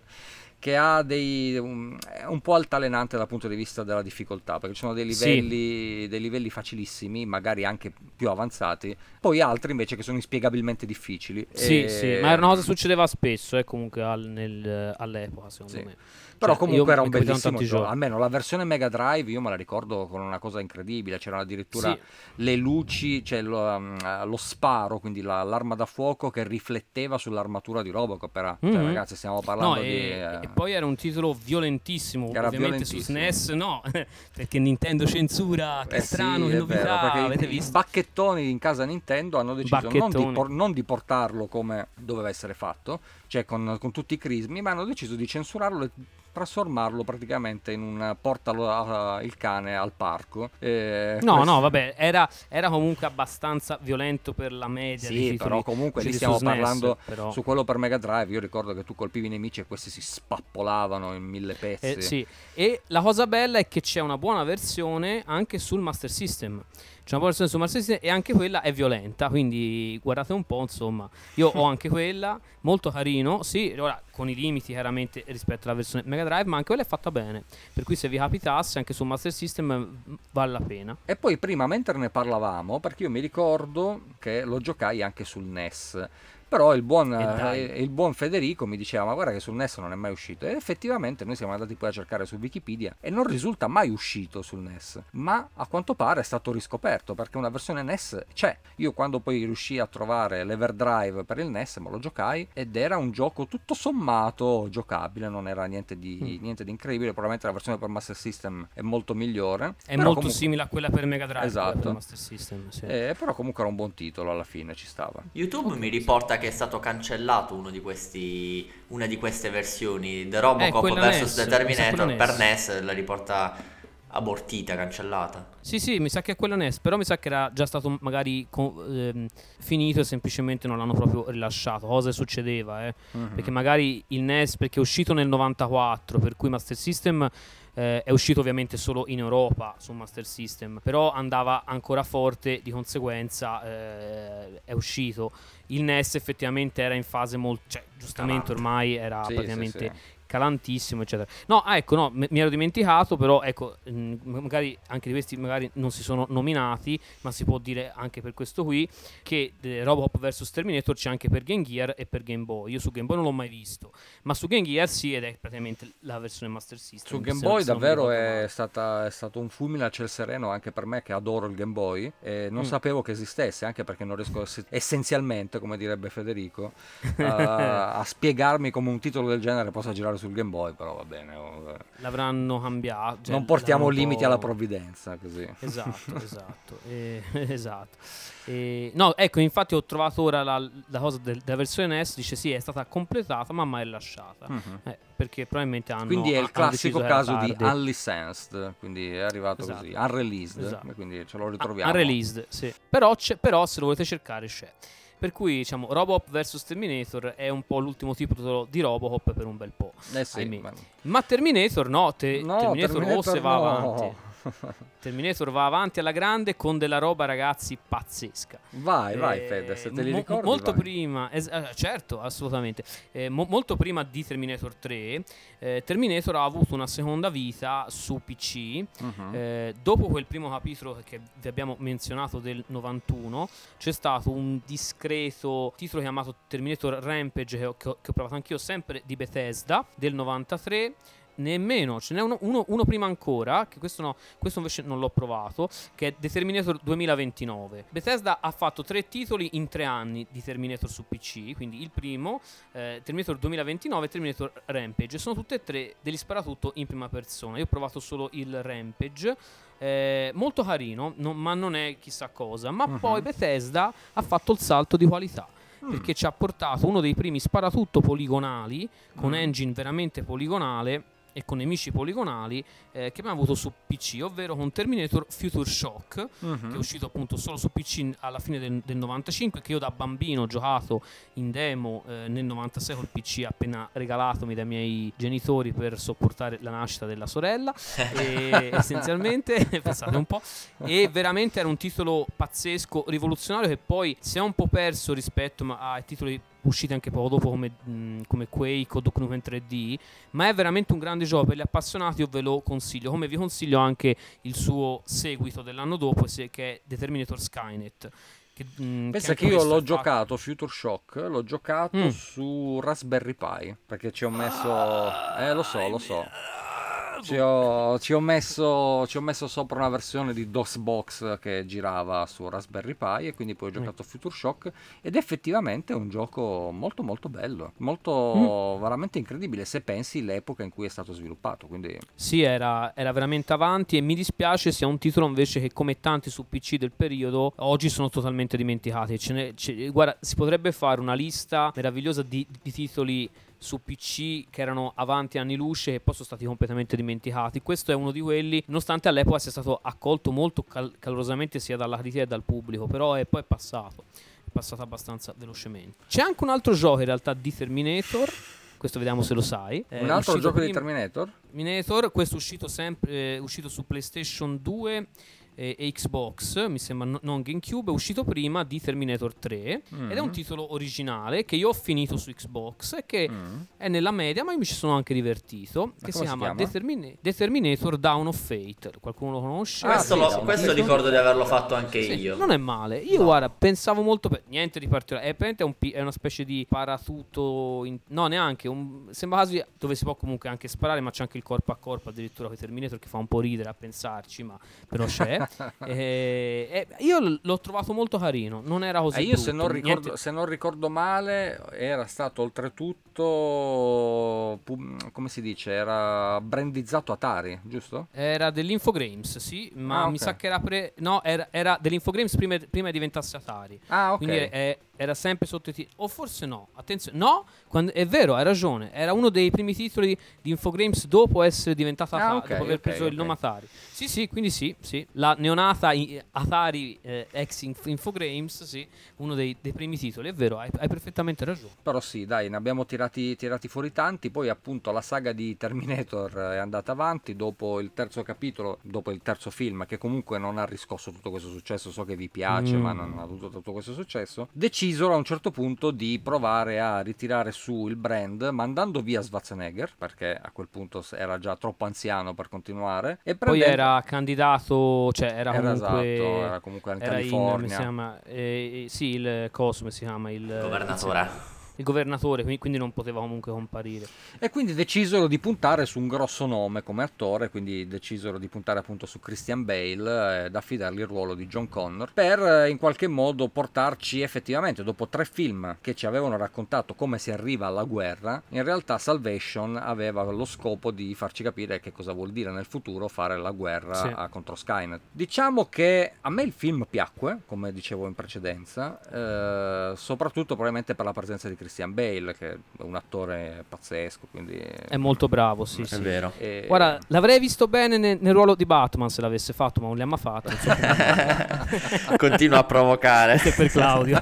Che ha dei un, un po' altalenante dal punto di vista della difficoltà, perché ci sono dei livelli, sì. dei livelli facilissimi, magari anche più avanzati, poi altri invece che sono inspiegabilmente difficili. Sì, e... sì, ma era una cosa che succedeva spesso, eh, comunque al, nel, all'epoca, secondo sì. me. Però cioè, comunque era un bellissimo gioco, almeno la versione Mega Drive io me la ricordo con una cosa incredibile, c'erano addirittura sì. le luci, cioè lo, um, lo sparo, quindi la, l'arma da fuoco che rifletteva sull'armatura di Robocop, era, mm-hmm. cioè ragazzi stiamo parlando no, di... E, eh... e poi era un titolo violentissimo, era ovviamente su S N E S no, perché Nintendo censura, che eh strano, sì, che novità, avete i, visto? I bacchettoni in casa Nintendo hanno deciso non di, por- non di portarlo come doveva essere fatto, cioè con, con tutti i crismi, ma hanno deciso di censurarlo e trasformarlo praticamente in un portalo a, a, il cane al parco. Eh, no, questo... no, vabbè, era, era comunque abbastanza violento per la media. Sì, dei titoli, però comunque lì stiamo parlando S N E S, su quello per Mega Drive. Io ricordo che tu colpivi i nemici e questi si spappolavano in mille pezzi. Eh, sì, e la cosa bella è che c'è una buona versione anche sul Master System. C'è una buona versione sul Master System e anche quella è violenta, quindi guardate un po', insomma. Io ho anche quella, molto carino, sì, ora con i limiti chiaramente rispetto alla versione Mega Drive, ma anche quella è fatta bene, per cui se vi capitasse anche sul Master System vale la pena. E poi prima mentre ne parlavamo, perché io mi ricordo che lo giocai anche sul N E S, però il buon, eh, il buon Federico mi diceva ma guarda che sul N E S non è mai uscito, e effettivamente noi siamo andati poi a cercare su Wikipedia e non risulta mai uscito sul N E S, ma a quanto pare è stato riscoperto perché una versione N E S c'è. Io quando poi riuscii a trovare l'Everdrive per il N E S me lo giocai ed era un gioco tutto sommato giocabile, non era niente di, mm. niente di incredibile. Probabilmente la versione per Master System è molto migliore, è molto comunque... simile a quella per Mega Drive, esatto. per Master System, sì. eh, però comunque era un buon titolo, alla fine ci stava. YouTube okay. mi riporta che è stato cancellato uno di questi, una di queste versioni, The Robocop eh, versus The Terminator N E S. per N E S, la riporta abortita, cancellata. Sì, sì, mi sa che è quella N E S, però mi sa che era già stato magari co- ehm, finito e semplicemente non l'hanno proprio rilasciato. Cosa succedeva, eh? Mm-hmm. Perché magari il N E S, perché è uscito nel novantaquattro, per cui Master System eh, è uscito ovviamente solo in Europa su Master System, però andava ancora forte, di conseguenza eh, è uscito. Il N E S effettivamente era in fase molto, cioè giustamente ormai era sì, praticamente sì, sì. calantissimo, eccetera. No, ah, ecco, no, m- mi ero dimenticato, però ecco, mh, magari anche di questi magari non si sono nominati, ma si può dire anche per questo qui che eh, Robocop versus Terminator c'è anche per Game Gear e per Game Boy. Io su Game Boy non l'ho mai visto, ma su Game Gear sì, ed è praticamente la versione Master System. Su Game Boy se davvero è, stata, è stato un fulmine a ciel sereno anche per me che adoro il Game Boy, e non mm. sapevo che esistesse, anche perché non riesco essenzialmente, come direbbe Federico, a, a spiegarmi come un titolo del genere possa girare sul Game Boy, però va bene. Oh, l'avranno cambiato. Cioè, non portiamo limiti alla provvidenza, così. Esatto, esatto, eh, esatto. Eh, no, ecco, infatti ho trovato ora la, la cosa del, della versione N E S, dice sì, è stata completata ma mai lasciata. Mm-hmm. Eh, perché probabilmente hanno quindi è il classico caso di tardi. Unlicensed, quindi è arrivato esatto. così, unreleased, esatto. quindi ce lo ritroviamo. Unreleased, sì. Però, c'è, però se lo volete cercare c'è. Per cui diciamo Robocop versus Terminator è un po' l'ultimo titolo di Robocop per un bel po'. Eh sì, ma... ma Terminator no, te... no Terminator, Terminator o se va no. avanti. Terminator va avanti alla grande con della roba, ragazzi, pazzesca. Vai, Eh, vai Fede, se te li mo- ricordi. molto vai. prima, es- eh, certo, assolutamente. Eh, mo- molto prima di Terminator tre, eh, Terminator ha avuto una seconda vita su P C. Mhm. Eh, dopo quel primo capitolo che vi abbiamo menzionato del novantuno, c'è stato un discreto titolo chiamato Terminator Rampage che ho, che ho- che ho provato anch'io, sempre di Bethesda, del novantatré. Nemmeno, ce n'è uno, uno, uno prima ancora, che questo no, questo invece non l'ho provato, che è The Terminator duemilaventinove. Bethesda ha fatto tre titoli in tre anni di Terminator su P C, quindi il primo, eh, Terminator duemilaventinove e Terminator Rampage. Sono tutte e tre degli sparatutto in prima persona. Io ho provato solo il Rampage, eh, molto carino, no- ma non è chissà cosa. Ma Mhm. poi Bethesda ha fatto il salto di qualità, perché ci ha portato uno dei primi sparatutto poligonali, con Mm. engine veramente poligonale e con nemici poligonali, eh, che abbiamo avuto su P C, ovvero con Terminator Future Shock, Mhm. che è uscito appunto solo su P C alla fine del, del novantacinque, che io da bambino ho giocato in demo eh, nel novantasei col P C appena regalatomi dai miei genitori per sopportare la nascita della sorella, e essenzialmente pensate un po', e veramente era un titolo pazzesco, rivoluzionario, che poi si è un po' perso rispetto ma- ai titoli usciti anche poco dopo come, mh, come Quake o Duke Nukem tre D, ma è veramente un grande gioco per gli appassionati. Io ve lo consiglio, come vi consiglio anche il suo seguito dell'anno dopo, se- che è The Terminator Skynet, che, mh, Pensa anche che io questo l'ho è fatto- giocato, Future Shock, l'ho giocato Mm. su Raspberry Pi, perché ci ho messo... Eh, lo so, lo so. Ci ho, ci ho messo, ci ho messo sopra una versione di DOSBox che girava su Raspberry Pi, e quindi poi ho giocato a Future Shock, ed effettivamente è un gioco molto molto bello, molto veramente incredibile se pensi l'epoca in cui è stato sviluppato, quindi Sì, era, era veramente avanti, e mi dispiace sia un titolo invece che, come tanti su P C del periodo, oggi sono totalmente dimenticati. Ce n'è- ce- guarda, si potrebbe fare una lista meravigliosa di, di titoli su P C che erano avanti anni luce e poi sono stati completamente dimenticati. Questo è uno di quelli, nonostante all'epoca sia stato accolto molto cal- calorosamente sia dalla critica che dal pubblico, però è poi è passato, è passato abbastanza velocemente. C'è anche un altro gioco in realtà di Terminator, questo vediamo se lo sai. È un altro uscito gioco di prima- Terminator? Terminator, questo è uscito sempre, eh, uscito su PlayStation due e, e Xbox, mi sembra, no- non GameCube, è uscito prima di Terminator tre, Mm. ed è un titolo originale che io ho finito su Xbox e che Mm. è nella media, ma io mi ci sono anche divertito, Ma che si come si chiama, chiama? The, Termina- The Terminator Dawn of Fate. Qualcuno lo conosce? Ah, Questo, sì, lo- sì, questo sì. ricordo di averlo fatto anche Sì, io. non è male. Io No. guarda, pensavo molto per niente di particolare. È, praticamente un pi- è una specie di paratutto in- no, neanche un... sembra quasi dove si può comunque anche sparare, ma c'è anche il corpo a corpo addirittura con i Terminator, che fa un po' ridere a pensarci, ma però c'è. e, e io l- l'ho trovato molto carino, non era così Eh, io se brutto, non, ricordo, niente- se non ricordo male era stato oltretutto, pu- come si dice, era brandizzato Atari, giusto? Era dell'Infogrames, sì, ma Ah, mi ok. sa che era pre... no, era, era dell'Infogrames prima, prima diventasse Atari. Ah, ok. Quindi è- era sempre sotto i titoli. O forse no, attenzione, no, quando- è vero, hai ragione. Era uno dei primi titoli di Infogrames dopo essere diventata Ah, Atari, ok, dopo aver ok, preso il ok. nome Atari. Sì, sì, quindi sì, sì. La neonata i- Atari eh, ex Inf- Infogrames, sì, uno dei, dei primi titoli, è vero, hai, hai perfettamente ragione. Però sì, dai, ne abbiamo tirati, tirati fuori tanti. Poi appunto la saga di Terminator è andata avanti dopo il terzo capitolo, dopo il terzo film, che comunque non ha riscosso tutto questo successo. So che vi piace, Mm. ma non ha avuto tutto questo successo. Decisero a un certo punto di provare a ritirare su il brand, mandando via Schwarzenegger, perché a quel punto era già troppo anziano per continuare. E Poi prendendo- era candidato, cioè era, Era comunque esatto, era comunque in era in, California. come si chiama, eh, sì, il Cosmo si chiama il Governatore. il governatore, quindi, quindi non poteva comunque comparire. E quindi decisero di puntare su un grosso nome come attore, quindi decisero di puntare appunto su Christian Bale, ed affidargli il ruolo di John Connor, per eh, in qualche modo portarci effettivamente, dopo tre film che ci avevano raccontato come si arriva alla guerra, in realtà Salvation aveva lo scopo di farci capire che cosa vuol dire nel futuro fare la guerra Sì. a- contro Skynet. Diciamo che a me il film piacque, come dicevo in precedenza, eh, soprattutto probabilmente per la presenza di Christian Bale, che è un attore pazzesco, quindi È molto bravo, sì, È sì. vero. e- Guarda, l'avrei visto bene nel, nel ruolo di Batman se l'avesse fatto, ma non l'ha mai fatto. insomma. Continua a provocare. Questo è per Claudio.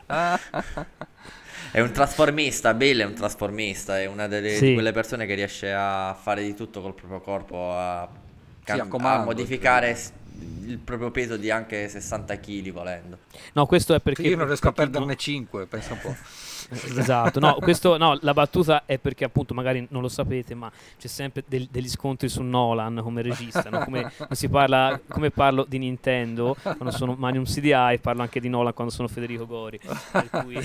È un trasformista, Bale è un trasformista, è una delle, Sì. di quelle persone che riesce a fare di tutto col proprio corpo, a can- a a comando, modificare s- il proprio peso di anche sessanta chili volendo. No, questo è perché io non riesco a perché- perderne no. cinque, pensa un po'. Esatto, no, questo, no, la battuta è perché appunto magari non lo sapete, ma c'è sempre del- degli scontri su Nolan come regista, no? Come, come si parla, come parlo di Nintendo quando sono Magnum C D I, parlo anche di Nolan quando sono Federico Gori. Per cui,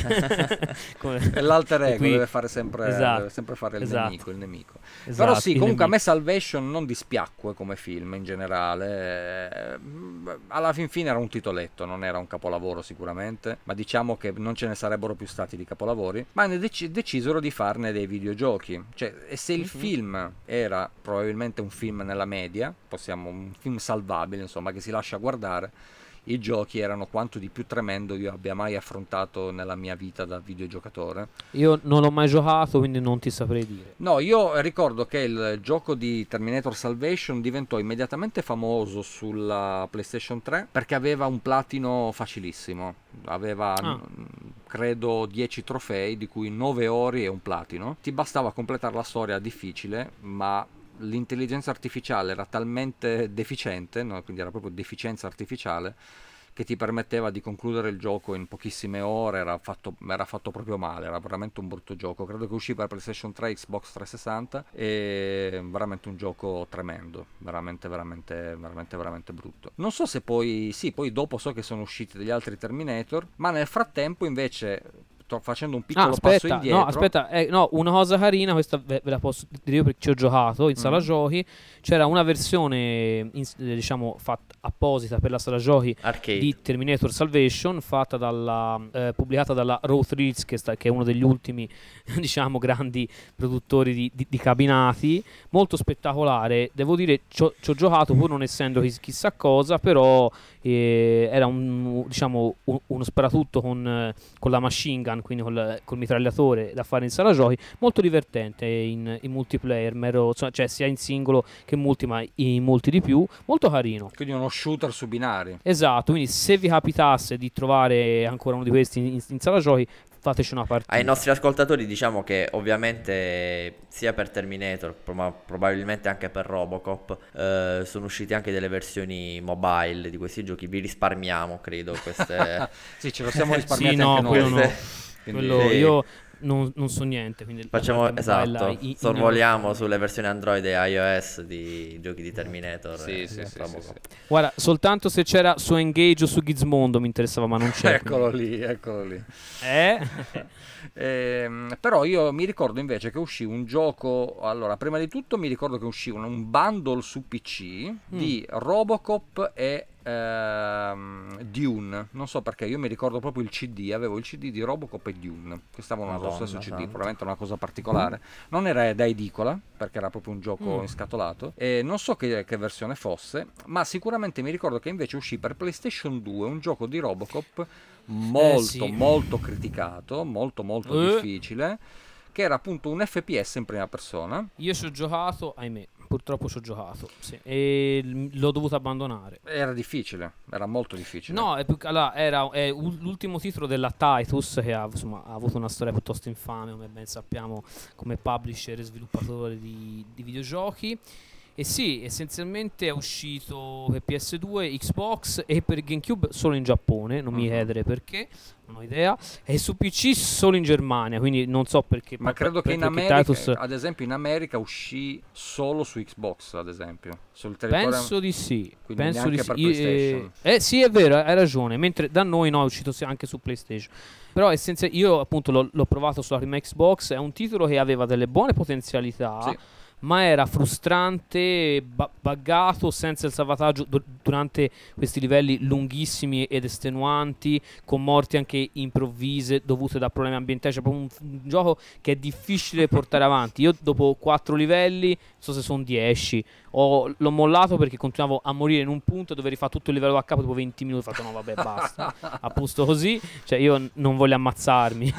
come- E l'alter per ego cui- deve fare sempre, esatto, deve sempre fare il esatto, nemico, il nemico. esatto, Però sì, il comunque a me nemico. Salvation non dispiacque come film in generale. Eh, alla fin fine era un titoletto, non era un capolavoro sicuramente, ma diciamo che non ce ne sarebbero più stati di capolavori, ma ne dec- decisero di farne dei videogiochi. Cioè, e se il Mhm. film era probabilmente un film nella media, possiamo un film salvabile, insomma, che si lascia guardare, i giochi erano quanto di più tremendo io abbia mai affrontato nella mia vita da videogiocatore. Io non l'ho mai giocato, quindi non ti saprei dire. No, io ricordo che il gioco di Terminator Salvation diventò immediatamente famoso sulla PlayStation tre perché aveva un platino facilissimo. Aveva, Ah. mh, credo, dieci trofei, di cui nove ori e un platino. Ti bastava completare la storia difficile, ma l'intelligenza artificiale era talmente deficiente, no? Quindi era proprio deficienza artificiale, che ti permetteva di concludere il gioco in pochissime ore. Era fatto, era fatto proprio male, era veramente un brutto gioco. Credo che uscì per PlayStation tre, Xbox trecentosessanta, e veramente un gioco tremendo, veramente veramente veramente veramente brutto. Non so se poi, sì, poi dopo so che sono usciti degli altri Terminator, ma nel frattempo invece, sto facendo un piccolo Ah, passo aspetta, indietro. no, aspetta, eh, no, una cosa carina, questa ve, ve la posso dire io perché ci ho giocato in sala Mm. giochi. C'era una versione, in- eh, diciamo, fatta apposita per la sala giochi Arcade. di Terminator Salvation, fatta dalla, eh, pubblicata dalla Raw Threads, che, sta- che è uno degli ultimi, diciamo, grandi produttori di, di- di cabinati. Molto spettacolare, devo dire, ci ho ci ho giocato pur non essendo chis- chissà cosa, però eh, era un, diciamo, un- uno sparatutto con, eh, con la machine gun, quindi col, col mitragliatore da fare in sala giochi, molto divertente in, in multiplayer, mero- cioè sia in singolo che in multi, ma in molti di più, molto carino. Quindi uno shooter su binari. Esatto, quindi se vi capitasse di trovare ancora uno di questi in, in sala giochi, fateci una partita. Ai nostri ascoltatori diciamo che ovviamente sia per Terminator, pro- ma probabilmente anche per Robocop, eh, sono usciti anche delle versioni mobile di questi giochi. Vi risparmiamo, credo, queste... Sì, ce lo siamo risparmiati Sì, no, anche noi. quello no. Quindi- Quello Sì. io non, non so niente, quindi la Facciamo, parte mobile esatto, i- i- sorvoliamo ignoro. sulle versioni Android e iOS di giochi di Terminator. Sì, e sì, sì, Robocop. sì, sì. Guarda, soltanto se c'era su Engage o su Gizmondo mi interessava, ma non c'è. Eccolo lì, eccolo lì. Eh? Ehm, però io mi ricordo invece che uscì un gioco. Allora, prima di tutto mi ricordo che uscì un, un bundle su P C di Robocop e ehm, Dune. Non so perché, io mi ricordo proprio il C D. Avevo il C D di Robocop e Dune, che stavano nello Madonna stesso C D, santa. probabilmente una cosa particolare. Non era da edicola, perché era proprio un gioco Mm. inscatolato. E non so che, che versione fosse, ma sicuramente mi ricordo che invece uscì per PlayStation due un gioco di Robocop molto sì. molto criticato, molto molto Eh. difficile, che era appunto un F P S in prima persona. Io ci ho giocato, ahimè, purtroppo ci ho giocato, sì, e l- l'ho dovuto abbandonare. Era difficile, era molto difficile. No, è più che- allora, era è u- l'ultimo titolo della Titus, che ha, insomma, ha avuto una storia piuttosto infame, come ben sappiamo, come publisher e sviluppatore di, di videogiochi. E sì, essenzialmente è uscito per P S due, Xbox e per GameCube solo in Giappone, non mi Mhm. chiedere perché, non ho idea, e su P C solo in Germania, quindi non so perché. Ma per- credo che per- in perché America, Titus- ad esempio in America uscì solo su Xbox, ad esempio, sul territorio. Penso di sì. Quindi Penso di neanche sì. per Io- PlayStation. Eh, eh, sì, è vero, hai ragione. Mentre da noi no, è uscito sì anche su PlayStation. Però essenzi- io appunto l'ho, l'ho provato sulla prima Xbox. È un titolo che aveva delle buone potenzialità. Sì. Ma era frustrante, ba- buggato, senza il salvataggio du- durante questi livelli lunghissimi ed estenuanti, con morti anche improvvise dovute da problemi ambientali. Cioè, proprio un, un gioco che è difficile portare avanti. Io dopo quattro livelli, non so se sono dieci, ho- l'ho mollato perché continuavo a morire in un punto e dovevo rifare tutto il livello da capo dopo venti minuti. Ho fatto no, vabbè, basta. A posto così, cioè io n- non voglio ammazzarmi.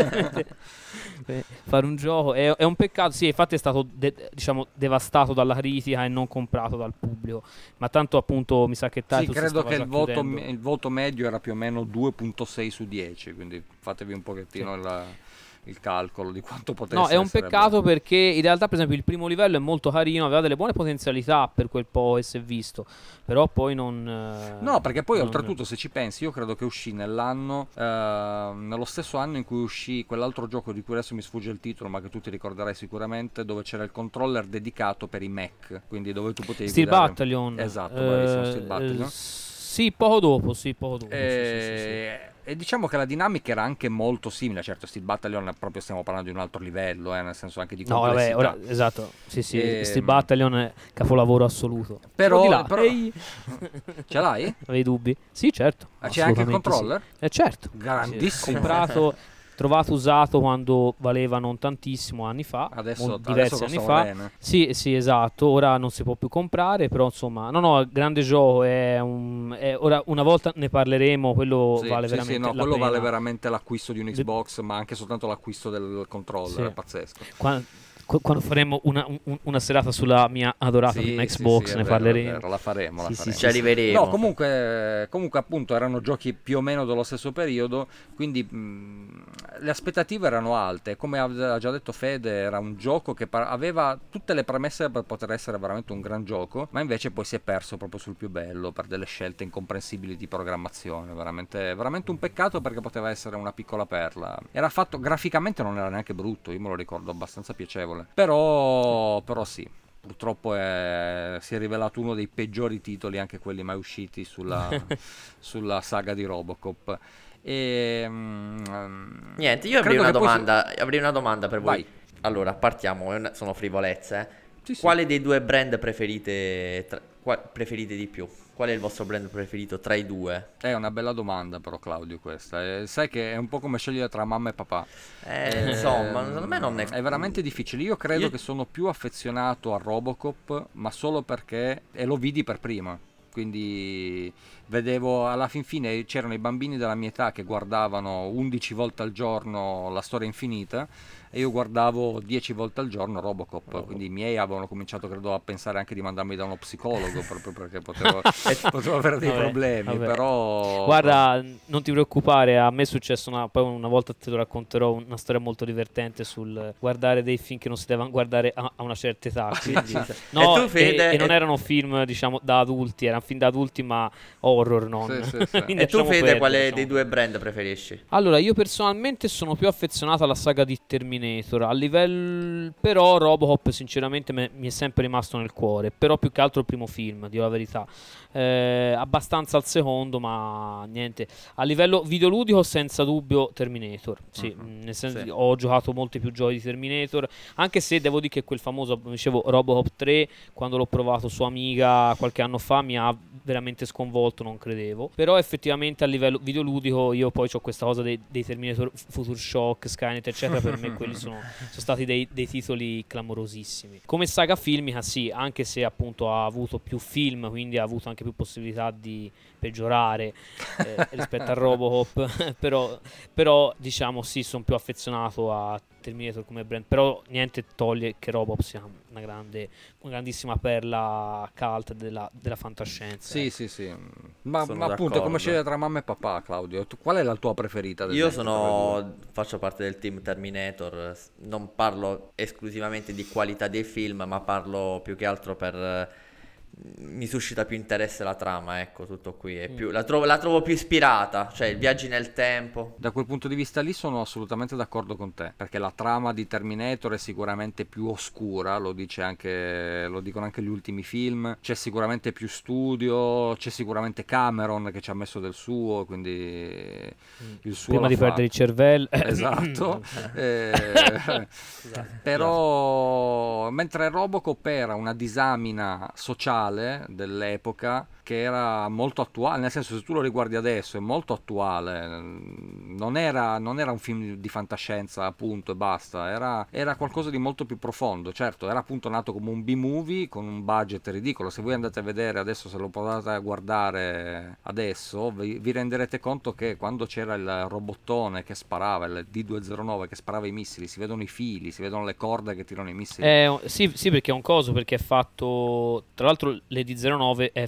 Eh, fare un gioco è, è un peccato. Sì, infatti è stato de- diciamo devastato dalla critica e non comprato dal pubblico, ma tanto appunto mi sa che Sì, Titus credo stava che già il voto, chiudendo. il voto medio era più o meno due virgola sei su dieci, quindi fatevi un pochettino la- il calcolo di quanto potesse No, è un essere peccato bello. perché in realtà, per esempio, il primo livello è molto carino, aveva delle buone potenzialità per quel po' che si è visto, però poi non... eh, No, perché poi non- oltretutto se ci pensi, io credo che uscì nell'anno, eh, nello stesso anno in cui uscì quell'altro gioco di cui adesso mi sfugge il titolo, ma che tu ti ricorderai sicuramente, dove c'era il controller dedicato per i Mac, quindi dove tu potevi Steel guidare... Battalion. Esatto, bravissimo, eh, Steel Battalion. eh, sì, poco dopo, sì, poco dopo. Sì, sì, sì, sì. E, e diciamo che la dinamica era anche molto simile. Certo, Steel Battalion proprio stiamo parlando di un altro livello, eh, nel senso anche di No, complessità. vabbè, ora, esatto, sì, sì, Ehm, Steel Battalion è capolavoro assoluto. Però- Quello di là, però- ehi. Ce l'hai? Avevi dubbi? Sì, certo. Ah, c'è anche il assolutamente controller? Sì. Eh certo. Grandissimo. Sì, comprato, trovato usato quando valeva non tantissimo anni fa, Adesso, mo- adesso diversi anni costano fa. bene. Sì, sì, esatto. Ora non si può più comprare, però insomma, no, no, grande gioco. È un, è- ora una volta ne parleremo. Quello Sì, vale sì, veramente sì, no, la quello pena. vale veramente l'acquisto di un De- Xbox, ma anche soltanto l'acquisto del controller, Sì. è pazzesco. Qua- qu- Quando faremo una, un- una serata sulla mia adorata Sì, prima sì, Xbox, sì, è ne vero, è parleremo. vero, la faremo, la Sì, sì, faremo. Ci arriveremo. No, comunque, comunque appunto erano giochi più o meno dello stesso periodo, quindi mh, le aspettative erano alte. Come aveva già detto Fede, era un gioco che par- aveva tutte le premesse per poter essere veramente un gran gioco, ma invece poi si è perso proprio sul più bello per delle scelte incomprensibili di programmazione. Veramente, veramente un peccato, perché poteva essere una piccola perla. Era fatto graficamente, non era neanche brutto, io me lo ricordo abbastanza piacevole. Però, però sì. Purtroppo è- si è rivelato uno dei peggiori titoli, anche quelli mai usciti sulla, sulla saga di Robocop. E, mm, Niente, io avrei credo una che poi si- domanda, avrei una domanda per voi. Vai. Allora, partiamo, è una- sono frivolezze. eh. Sì, sì. Quale dei due brand preferite, tra- qua- preferite di più? Qual è il vostro brand preferito tra i due? È una bella domanda però, Claudio, questa. Eh, sai che è un po' come scegliere tra mamma e papà. Eh, insomma, Ehm, secondo me non è... È veramente difficile. Io credo Io- che sono più affezionato a Robocop, ma solo perché... e lo vidi per prima. Quindi vedevo, alla fin fine c'erano i bambini della mia età che guardavano undici volte al giorno La Storia Infinita, e io guardavo dieci volte al giorno Robocop. Robocop. Quindi i miei avevano cominciato, credo, a pensare anche di mandarmi da uno psicologo, proprio perché potevo, potevo avere dei Vabbè, problemi. vabbè. Però Guarda, non ti preoccupare, a me è successo una, poi una volta te lo racconterò, una storia molto divertente sul guardare dei film che non si devono guardare a, a una certa età. Quindi, no, E tu, Fede, e, e non e- erano film, diciamo, da adulti, erano film da adulti, ma horror non. Sì, sì, sì. Quindi E tu, lasciamo Fede, perdere, quale diciamo. dei due brand preferisci? Allora, io personalmente sono più affezionato alla saga di Terminator, a livello... però Robocop sinceramente me- mi è sempre rimasto nel cuore, però più che altro il primo film, dico la verità. Eh, abbastanza al secondo, ma niente. A livello videoludico senza dubbio Terminator, sì, Mhm. mh, nel senso Sì. che ho giocato molti più giochi di Terminator, anche se devo dire che quel famoso, come dicevo, Robocop tre, quando l'ho provato su Amiga qualche anno fa, mi ha veramente sconvolto, non credevo. Però effettivamente a livello videoludico io poi ho questa cosa dei, dei Terminator, Future Shock, Skynet eccetera, per me quelli sono, sono stati dei, dei titoli clamorosissimi. Come saga filmica sì, anche se appunto ha avuto più film, quindi ha avuto anche più possibilità di peggiorare eh, rispetto a Robocop, però, però diciamo sì, sono più affezionato a Terminator come brand, però niente toglie che Robocop sia una grande, una grandissima perla cult della, della fantascienza. Sì, sì, sì. Ma, Sono ma appunto, d'accordo. come scegliere tra mamma e papà, Claudio? Tu- qual è la tua preferita? ad Io esempio, tra le due? sono, faccio parte del team Terminator, s- non parlo esclusivamente di qualità dei film, ma parlo più che altro per... eh, mi suscita più interesse la trama, ecco, tutto qui. È più, la, trovo, la trovo più ispirata, cioè i viaggi nel tempo. Da quel punto di vista lì sono assolutamente d'accordo con te, perché la trama di Terminator è sicuramente più oscura, lo dice anche, lo dicono anche gli ultimi film. C'è sicuramente più studio, c'è sicuramente Cameron che ci ha messo del suo, quindi il suo Prima l'ha di fatto. perdere il cervello. Esatto. Eh, però mentre Robocop era una disamina sociale dell'epoca che era molto attuale, nel senso, se tu lo riguardi adesso è molto attuale, non era, non era un film di fantascienza appunto e basta, era, era qualcosa di molto più profondo. Certo, era appunto nato come un B-movie con un budget ridicolo. Se voi andate a vedere adesso, se lo provate a guardare adesso, vi, vi renderete conto che quando c'era il robottone che sparava, il D duecentonove che sparava i missili, si vedono i fili, si vedono le corde che tirano i missili. Eh, sì, sì, perché è un coso, perché è fatto, tra l'altro l'E D zero nove è fatto in stop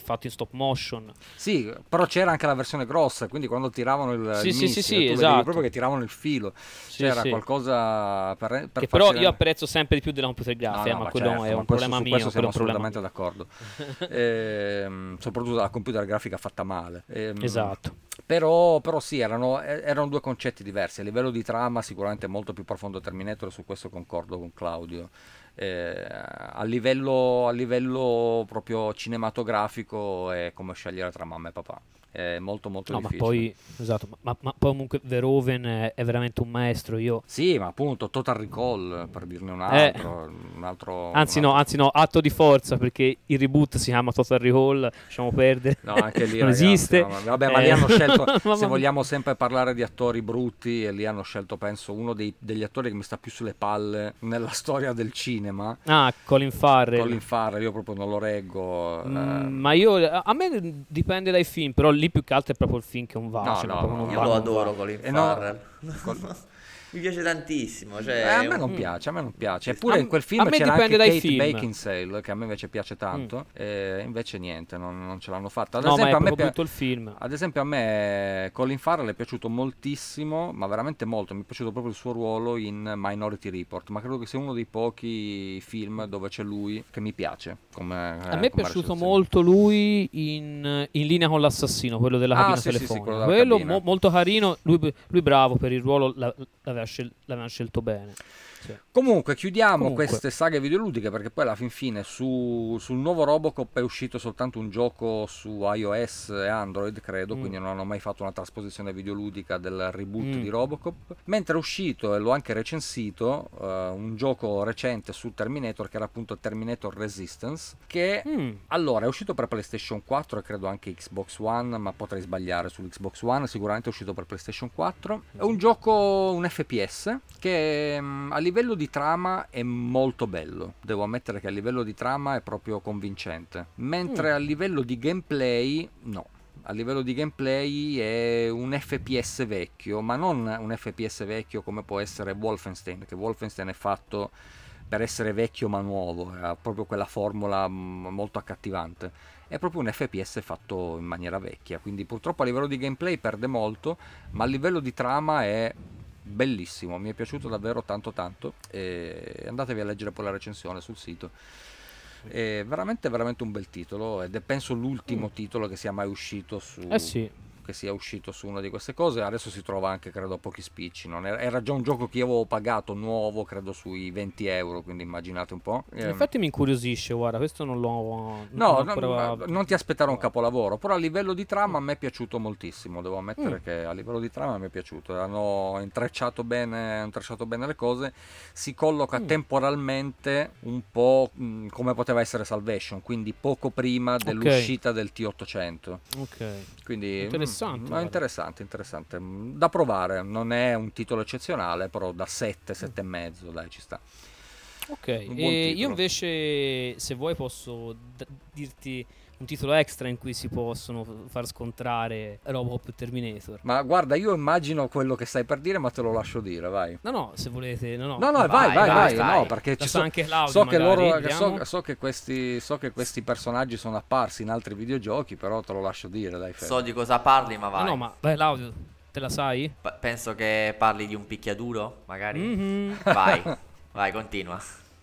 stop motion. Sì, però c'era anche la versione grossa, quindi quando tiravano il, sì, il sì, missile, sì, tu sì, vedevi esatto. proprio che tiravano il filo. Sì, c'era sì. qualcosa per, per che però farsi... io apprezzo sempre di più della computer grafica, no, no, ma ma quello certo, è ma un questo, problema su mio. questo siamo quello è un problema assolutamente d'accordo. ehm, soprattutto la computer grafica fatta male. Ehm, esatto. Però, però sì, erano, erano due concetti diversi. A livello di trama sicuramente molto più profondo Terminator, su questo concordo con Claudio. Eh, a, livello, a livello proprio cinematografico è come scegliere tra mamma e papà. È molto molto No, ma difficile. poi, esatto, ma, ma poi comunque Verhoeven è, è veramente un maestro. Io Sì, ma appunto Total Recall, per dirne un Eh, altro, un altro anzi un no, altro- anzi no, atto di forza, perché il reboot si chiama Total Recall, lasciamo perdere. No, anche lì non ragazzi, esiste. no, ma- vabbè, ma Eh, lì hanno scelto, mamma se mia. vogliamo sempre parlare di attori brutti, e lì hanno scelto, penso, uno dei- degli attori che mi sta più sulle palle nella storia del cinema. Ah, Colin Farrell. Colin Farrell, io proprio non lo reggo. Mm, eh. ma io, a me dipende dai film, però lì più che altro è proprio il film che non va. No, cioè, no, ma proprio no, non Io va, lo non adoro va. Colin E no- Farrell. Col- Mi piace tantissimo. Cioè, Eh, a me è non un- piace, a me non piace. A Eppure m- in quel a film me c'era dipende anche dai Kate film. Beckinsale, che a me invece piace tanto, e invece niente, non, non ce l'hanno fatta. Ad No, ma è esempio, a me proprio pia- brutto il film. Ad esempio a me Colin Farrell è piaciuto moltissimo, ma veramente molto, mi è piaciuto proprio il suo ruolo in Minority Report, ma credo che sia uno dei pochi film dove c'è lui che mi piace. Come, A me è piaciuto molto lui in, in Linea con l'assassino, quello della Ah, cabina sì, sì, sì, telefonica. quello della quello cabina. mo- molto carino, lui, lui bravo per il ruolo, la- l'aveva, scel- l'aveva scelto bene. Sì. Comunque chiudiamo Comunque. queste saghe videoludiche, perché poi alla fin fine su, sul nuovo Robocop è uscito soltanto un gioco su iOS e Android, credo, Mm. quindi non hanno mai fatto una trasposizione videoludica del reboot Mm. di Robocop. Mentre è uscito, e l'ho anche recensito, eh, un gioco recente su Terminator, che era appunto Terminator Resistance, che Mm. allora è uscito per PlayStation quattro e credo anche Xbox One, ma potrei sbagliare sull'Xbox One, sicuramente è uscito per PlayStation quattro. È un gioco, un F P S, che mh, a livello di trama è molto bello, devo ammettere che a livello di trama è proprio convincente, mentre Mm. a livello di gameplay no. A livello di gameplay è un F P S vecchio, ma non un F P S vecchio come può essere Wolfenstein, che Wolfenstein è fatto per essere vecchio ma nuovo, ha proprio quella formula mh, molto accattivante. È proprio un F P S fatto in maniera vecchia, quindi purtroppo a livello di gameplay perde molto, ma a livello di trama è bellissimo, mi è piaciuto davvero tanto tanto, e andatevi a leggere poi la recensione sul sito. È veramente veramente un bel titolo, ed è penso l'ultimo Mm. titolo che sia mai uscito su Eh sì. che sia uscito su una di queste cose. Adesso si trova anche credo a pochi spicci, non era, era già un gioco che io avevo pagato nuovo, credo sui venti euro, quindi immaginate un po'. In Ehm, effetti mi incuriosisce, guarda, questo non l'ho non No, l'ho no, ancora- no, non ti aspettare un capolavoro, però a livello di trama Mm. a me è piaciuto moltissimo, devo ammettere Mm. che a livello di trama mi è piaciuto, hanno intrecciato bene, hanno intrecciato bene le cose, si colloca Mm. temporalmente un po' mh, come poteva essere Salvation, quindi poco prima dell'uscita del T ottocento, Ok. quindi Interessante, mm, no, guarda. interessante, interessante, Mm, da provare, non è un titolo eccezionale, però da sette, sette e mezzo, dai, ci sta. Ok, Un buon e io titolo. invece, se vuoi, posso d- dirti un titolo extra in cui si possono f- far scontrare Robocop e Terminator. Ma guarda, io immagino quello che stai per dire, ma te lo lascio dire, vai. No, no, se volete, no, no. No, no, vai, vai, vai, vai, vai. no, perché La ci sa so, anche Claudio, so che magari, loro, che so, vediamo. so che questi, so che questi personaggi sono apparsi in altri videogiochi, però te lo lascio dire, dai, Fede. So di cosa parli, ma No, vai. no, ma vai, Claudio, te la sai? P- penso che parli di un picchiaduro, magari. Mhm. Vai, vai, continua.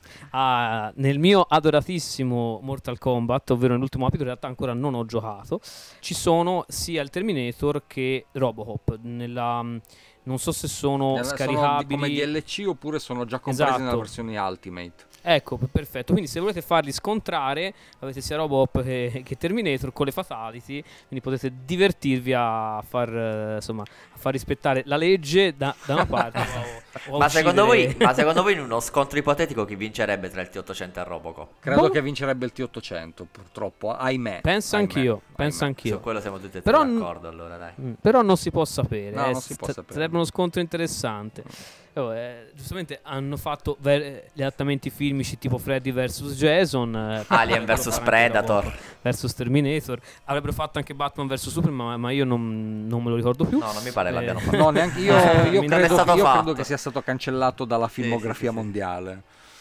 Ah, nel mio adoratissimo Mortal Kombat, ovvero nell'ultimo capitolo, in realtà ancora non ho giocato, ci sono sia il Terminator che Robocop. Nella, non so se sono Nella- sono scaricabili. come D L C oppure sono già compresi Esatto. nella versione Ultimate. Ecco, p- perfetto. Quindi se volete farli scontrare, avete sia Robocop che, che Terminator con le fatality, quindi potete divertirvi a far, eh, insomma, a far rispettare la legge da, da una parte. o, o a Ma secondo, voi, uccidere- ma secondo voi in uno scontro ipotetico chi vincerebbe tra il T ottocento e il Robocop? Credo Boh. che vincerebbe il T ottocento, purtroppo, ahimè. Penso ahimè, anch'io, ahimè. penso Su anch'io. quello siamo tutti e tre Però n- d'accordo, allora dai. Mm, Però non si può sapere, No, eh, non si può sta- sapere. sarebbe uno scontro interessante. Oh, eh, giustamente hanno fatto ver- gli adattamenti filmici tipo Freddy versus Jason, eh, Alien potrebbero versus fare anche Predator. Robocop versus Terminator, avrebbero fatto anche Batman versus Superman, ma, ma io non, non me lo ricordo più. No, non mi pare Eh, l'abbiano fatto. No, neanche io, Eh, io, mi- credo, non è stato io fatto. credo che sia stato cancellato dalla Sì, filmografia sì, sì, sì. mondiale.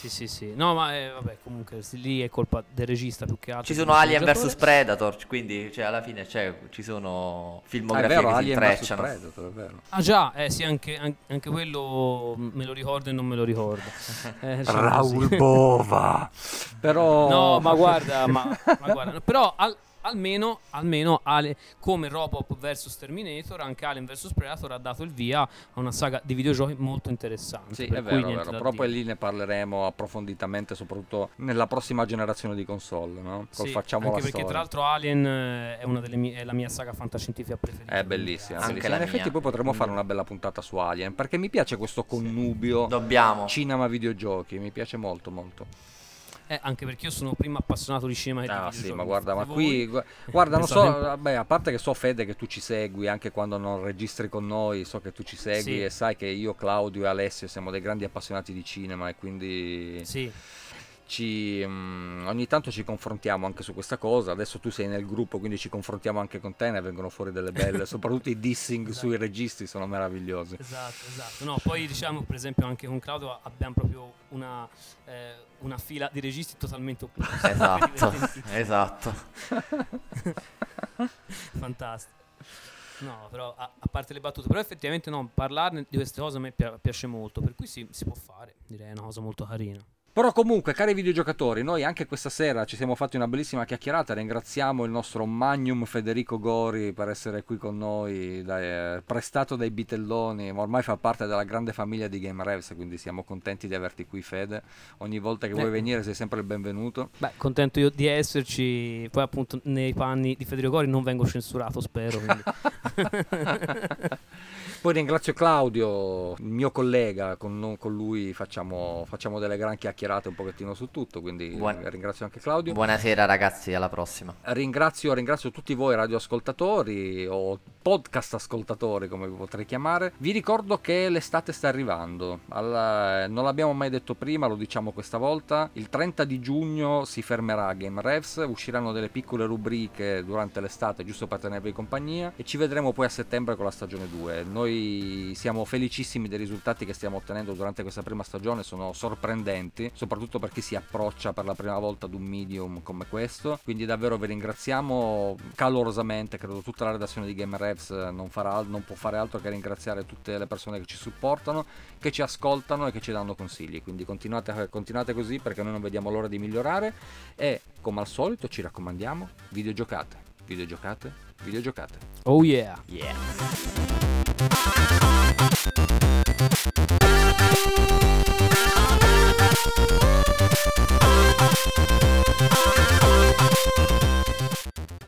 Sì, sì, sì. No, ma eh, vabbè, comunque lì è colpa del regista più che altro. Ci sono Alien versus Predator, quindi cioè, alla fine cioè, ci sono filmografie ah, è vero, che Alien si intrecciano. Predator, è vero. Ah già, eh sì, anche, anche quello me lo ricordo e non me lo ricordo. Eh, diciamo Raul così. Bova. Però No, ma guarda, ma, ma guarda, però al, almeno, almeno Ale, come Robocop versus Terminator, anche Alien versus Predator ha dato il via a una saga di videogiochi molto interessante. sì, per è cui vero, è niente vero. da Però dire. poi lì ne parleremo approfonditamente, soprattutto nella prossima generazione di console, no? Col Sì, facciamo anche la perché storia. tra l'altro Alien eh, è una delle mie, è la mia saga fantascientifica preferita. È bellissima, Anche bellissima. la In effetti mia. poi potremmo fare una bella puntata su Alien, perché mi piace questo connubio Dobbiamo. cinema videogiochi, mi piace molto molto. Eh, anche perché io sono prima appassionato di cinema e di Ah videogiochi. sì, ma guarda, ma Voi- qui gu- guarda, non pensate so, un po'. vabbè, a parte che so Fede che tu ci segui anche quando non registri con noi, so che tu ci segui Sì. e sai che io, Claudio e Alessio siamo dei grandi appassionati di cinema e quindi Sì, ci, mm, ogni tanto ci confrontiamo anche su questa cosa. Adesso tu sei nel gruppo, quindi ci confrontiamo anche con te, ne vengono fuori delle belle, soprattutto i dissing Esatto. sui registi sono meravigliosi. esatto, esatto. No, poi diciamo per esempio anche con Claudio abbiamo proprio una, eh, una fila di registi totalmente opposti. Esatto, Divertenti. esatto. Fantastico. No, però a, a parte le battute, però effettivamente no, parlarne di queste cose a me pia- piace molto, per cui sì, si può fare, direi è una cosa molto carina. Però comunque, cari videogiocatori, noi anche questa sera ci siamo fatti una bellissima chiacchierata. Ringraziamo il nostro Magnum Federico Gori per essere qui con noi, dai, eh, prestato dai bitelloni, ma ormai fa parte della grande famiglia di Game Revs, quindi siamo contenti di averti qui, Fede. Ogni volta che vuoi Eh. venire sei sempre il benvenuto. Beh, contento io di esserci, poi appunto nei panni di Federico Gori non vengo censurato, spero. Quindi. Poi ringrazio Claudio, il mio collega, con, con lui facciamo, facciamo delle gran chiacchierate un pochettino su tutto, quindi Buon- ringrazio anche Claudio. Buonasera ragazzi, alla prossima. Ringrazio, ringrazio tutti voi radioascoltatori o podcast ascoltatori, come vi potrei chiamare. Vi ricordo che l'estate sta arrivando. Alla- non l'abbiamo mai detto prima, lo diciamo questa volta. Il trenta di giugno si fermerà Game Revs, usciranno delle piccole rubriche durante l'estate giusto per tenervi compagnia e ci vedremo poi a settembre con la stagione due. Noi siamo felicissimi dei risultati che stiamo ottenendo durante questa prima stagione, sono sorprendenti, soprattutto per chi si approccia per la prima volta ad un medium come questo, quindi davvero vi ringraziamo calorosamente. Credo tutta la redazione di Game Revs non, farà, non può fare altro che ringraziare tutte le persone che ci supportano, che ci ascoltano e che ci danno consigli, quindi continuate, continuate così, perché noi non vediamo l'ora di migliorare e come al solito ci raccomandiamo, videogiocate, videogiocate, videogiocate. Oh yeah. Yeah.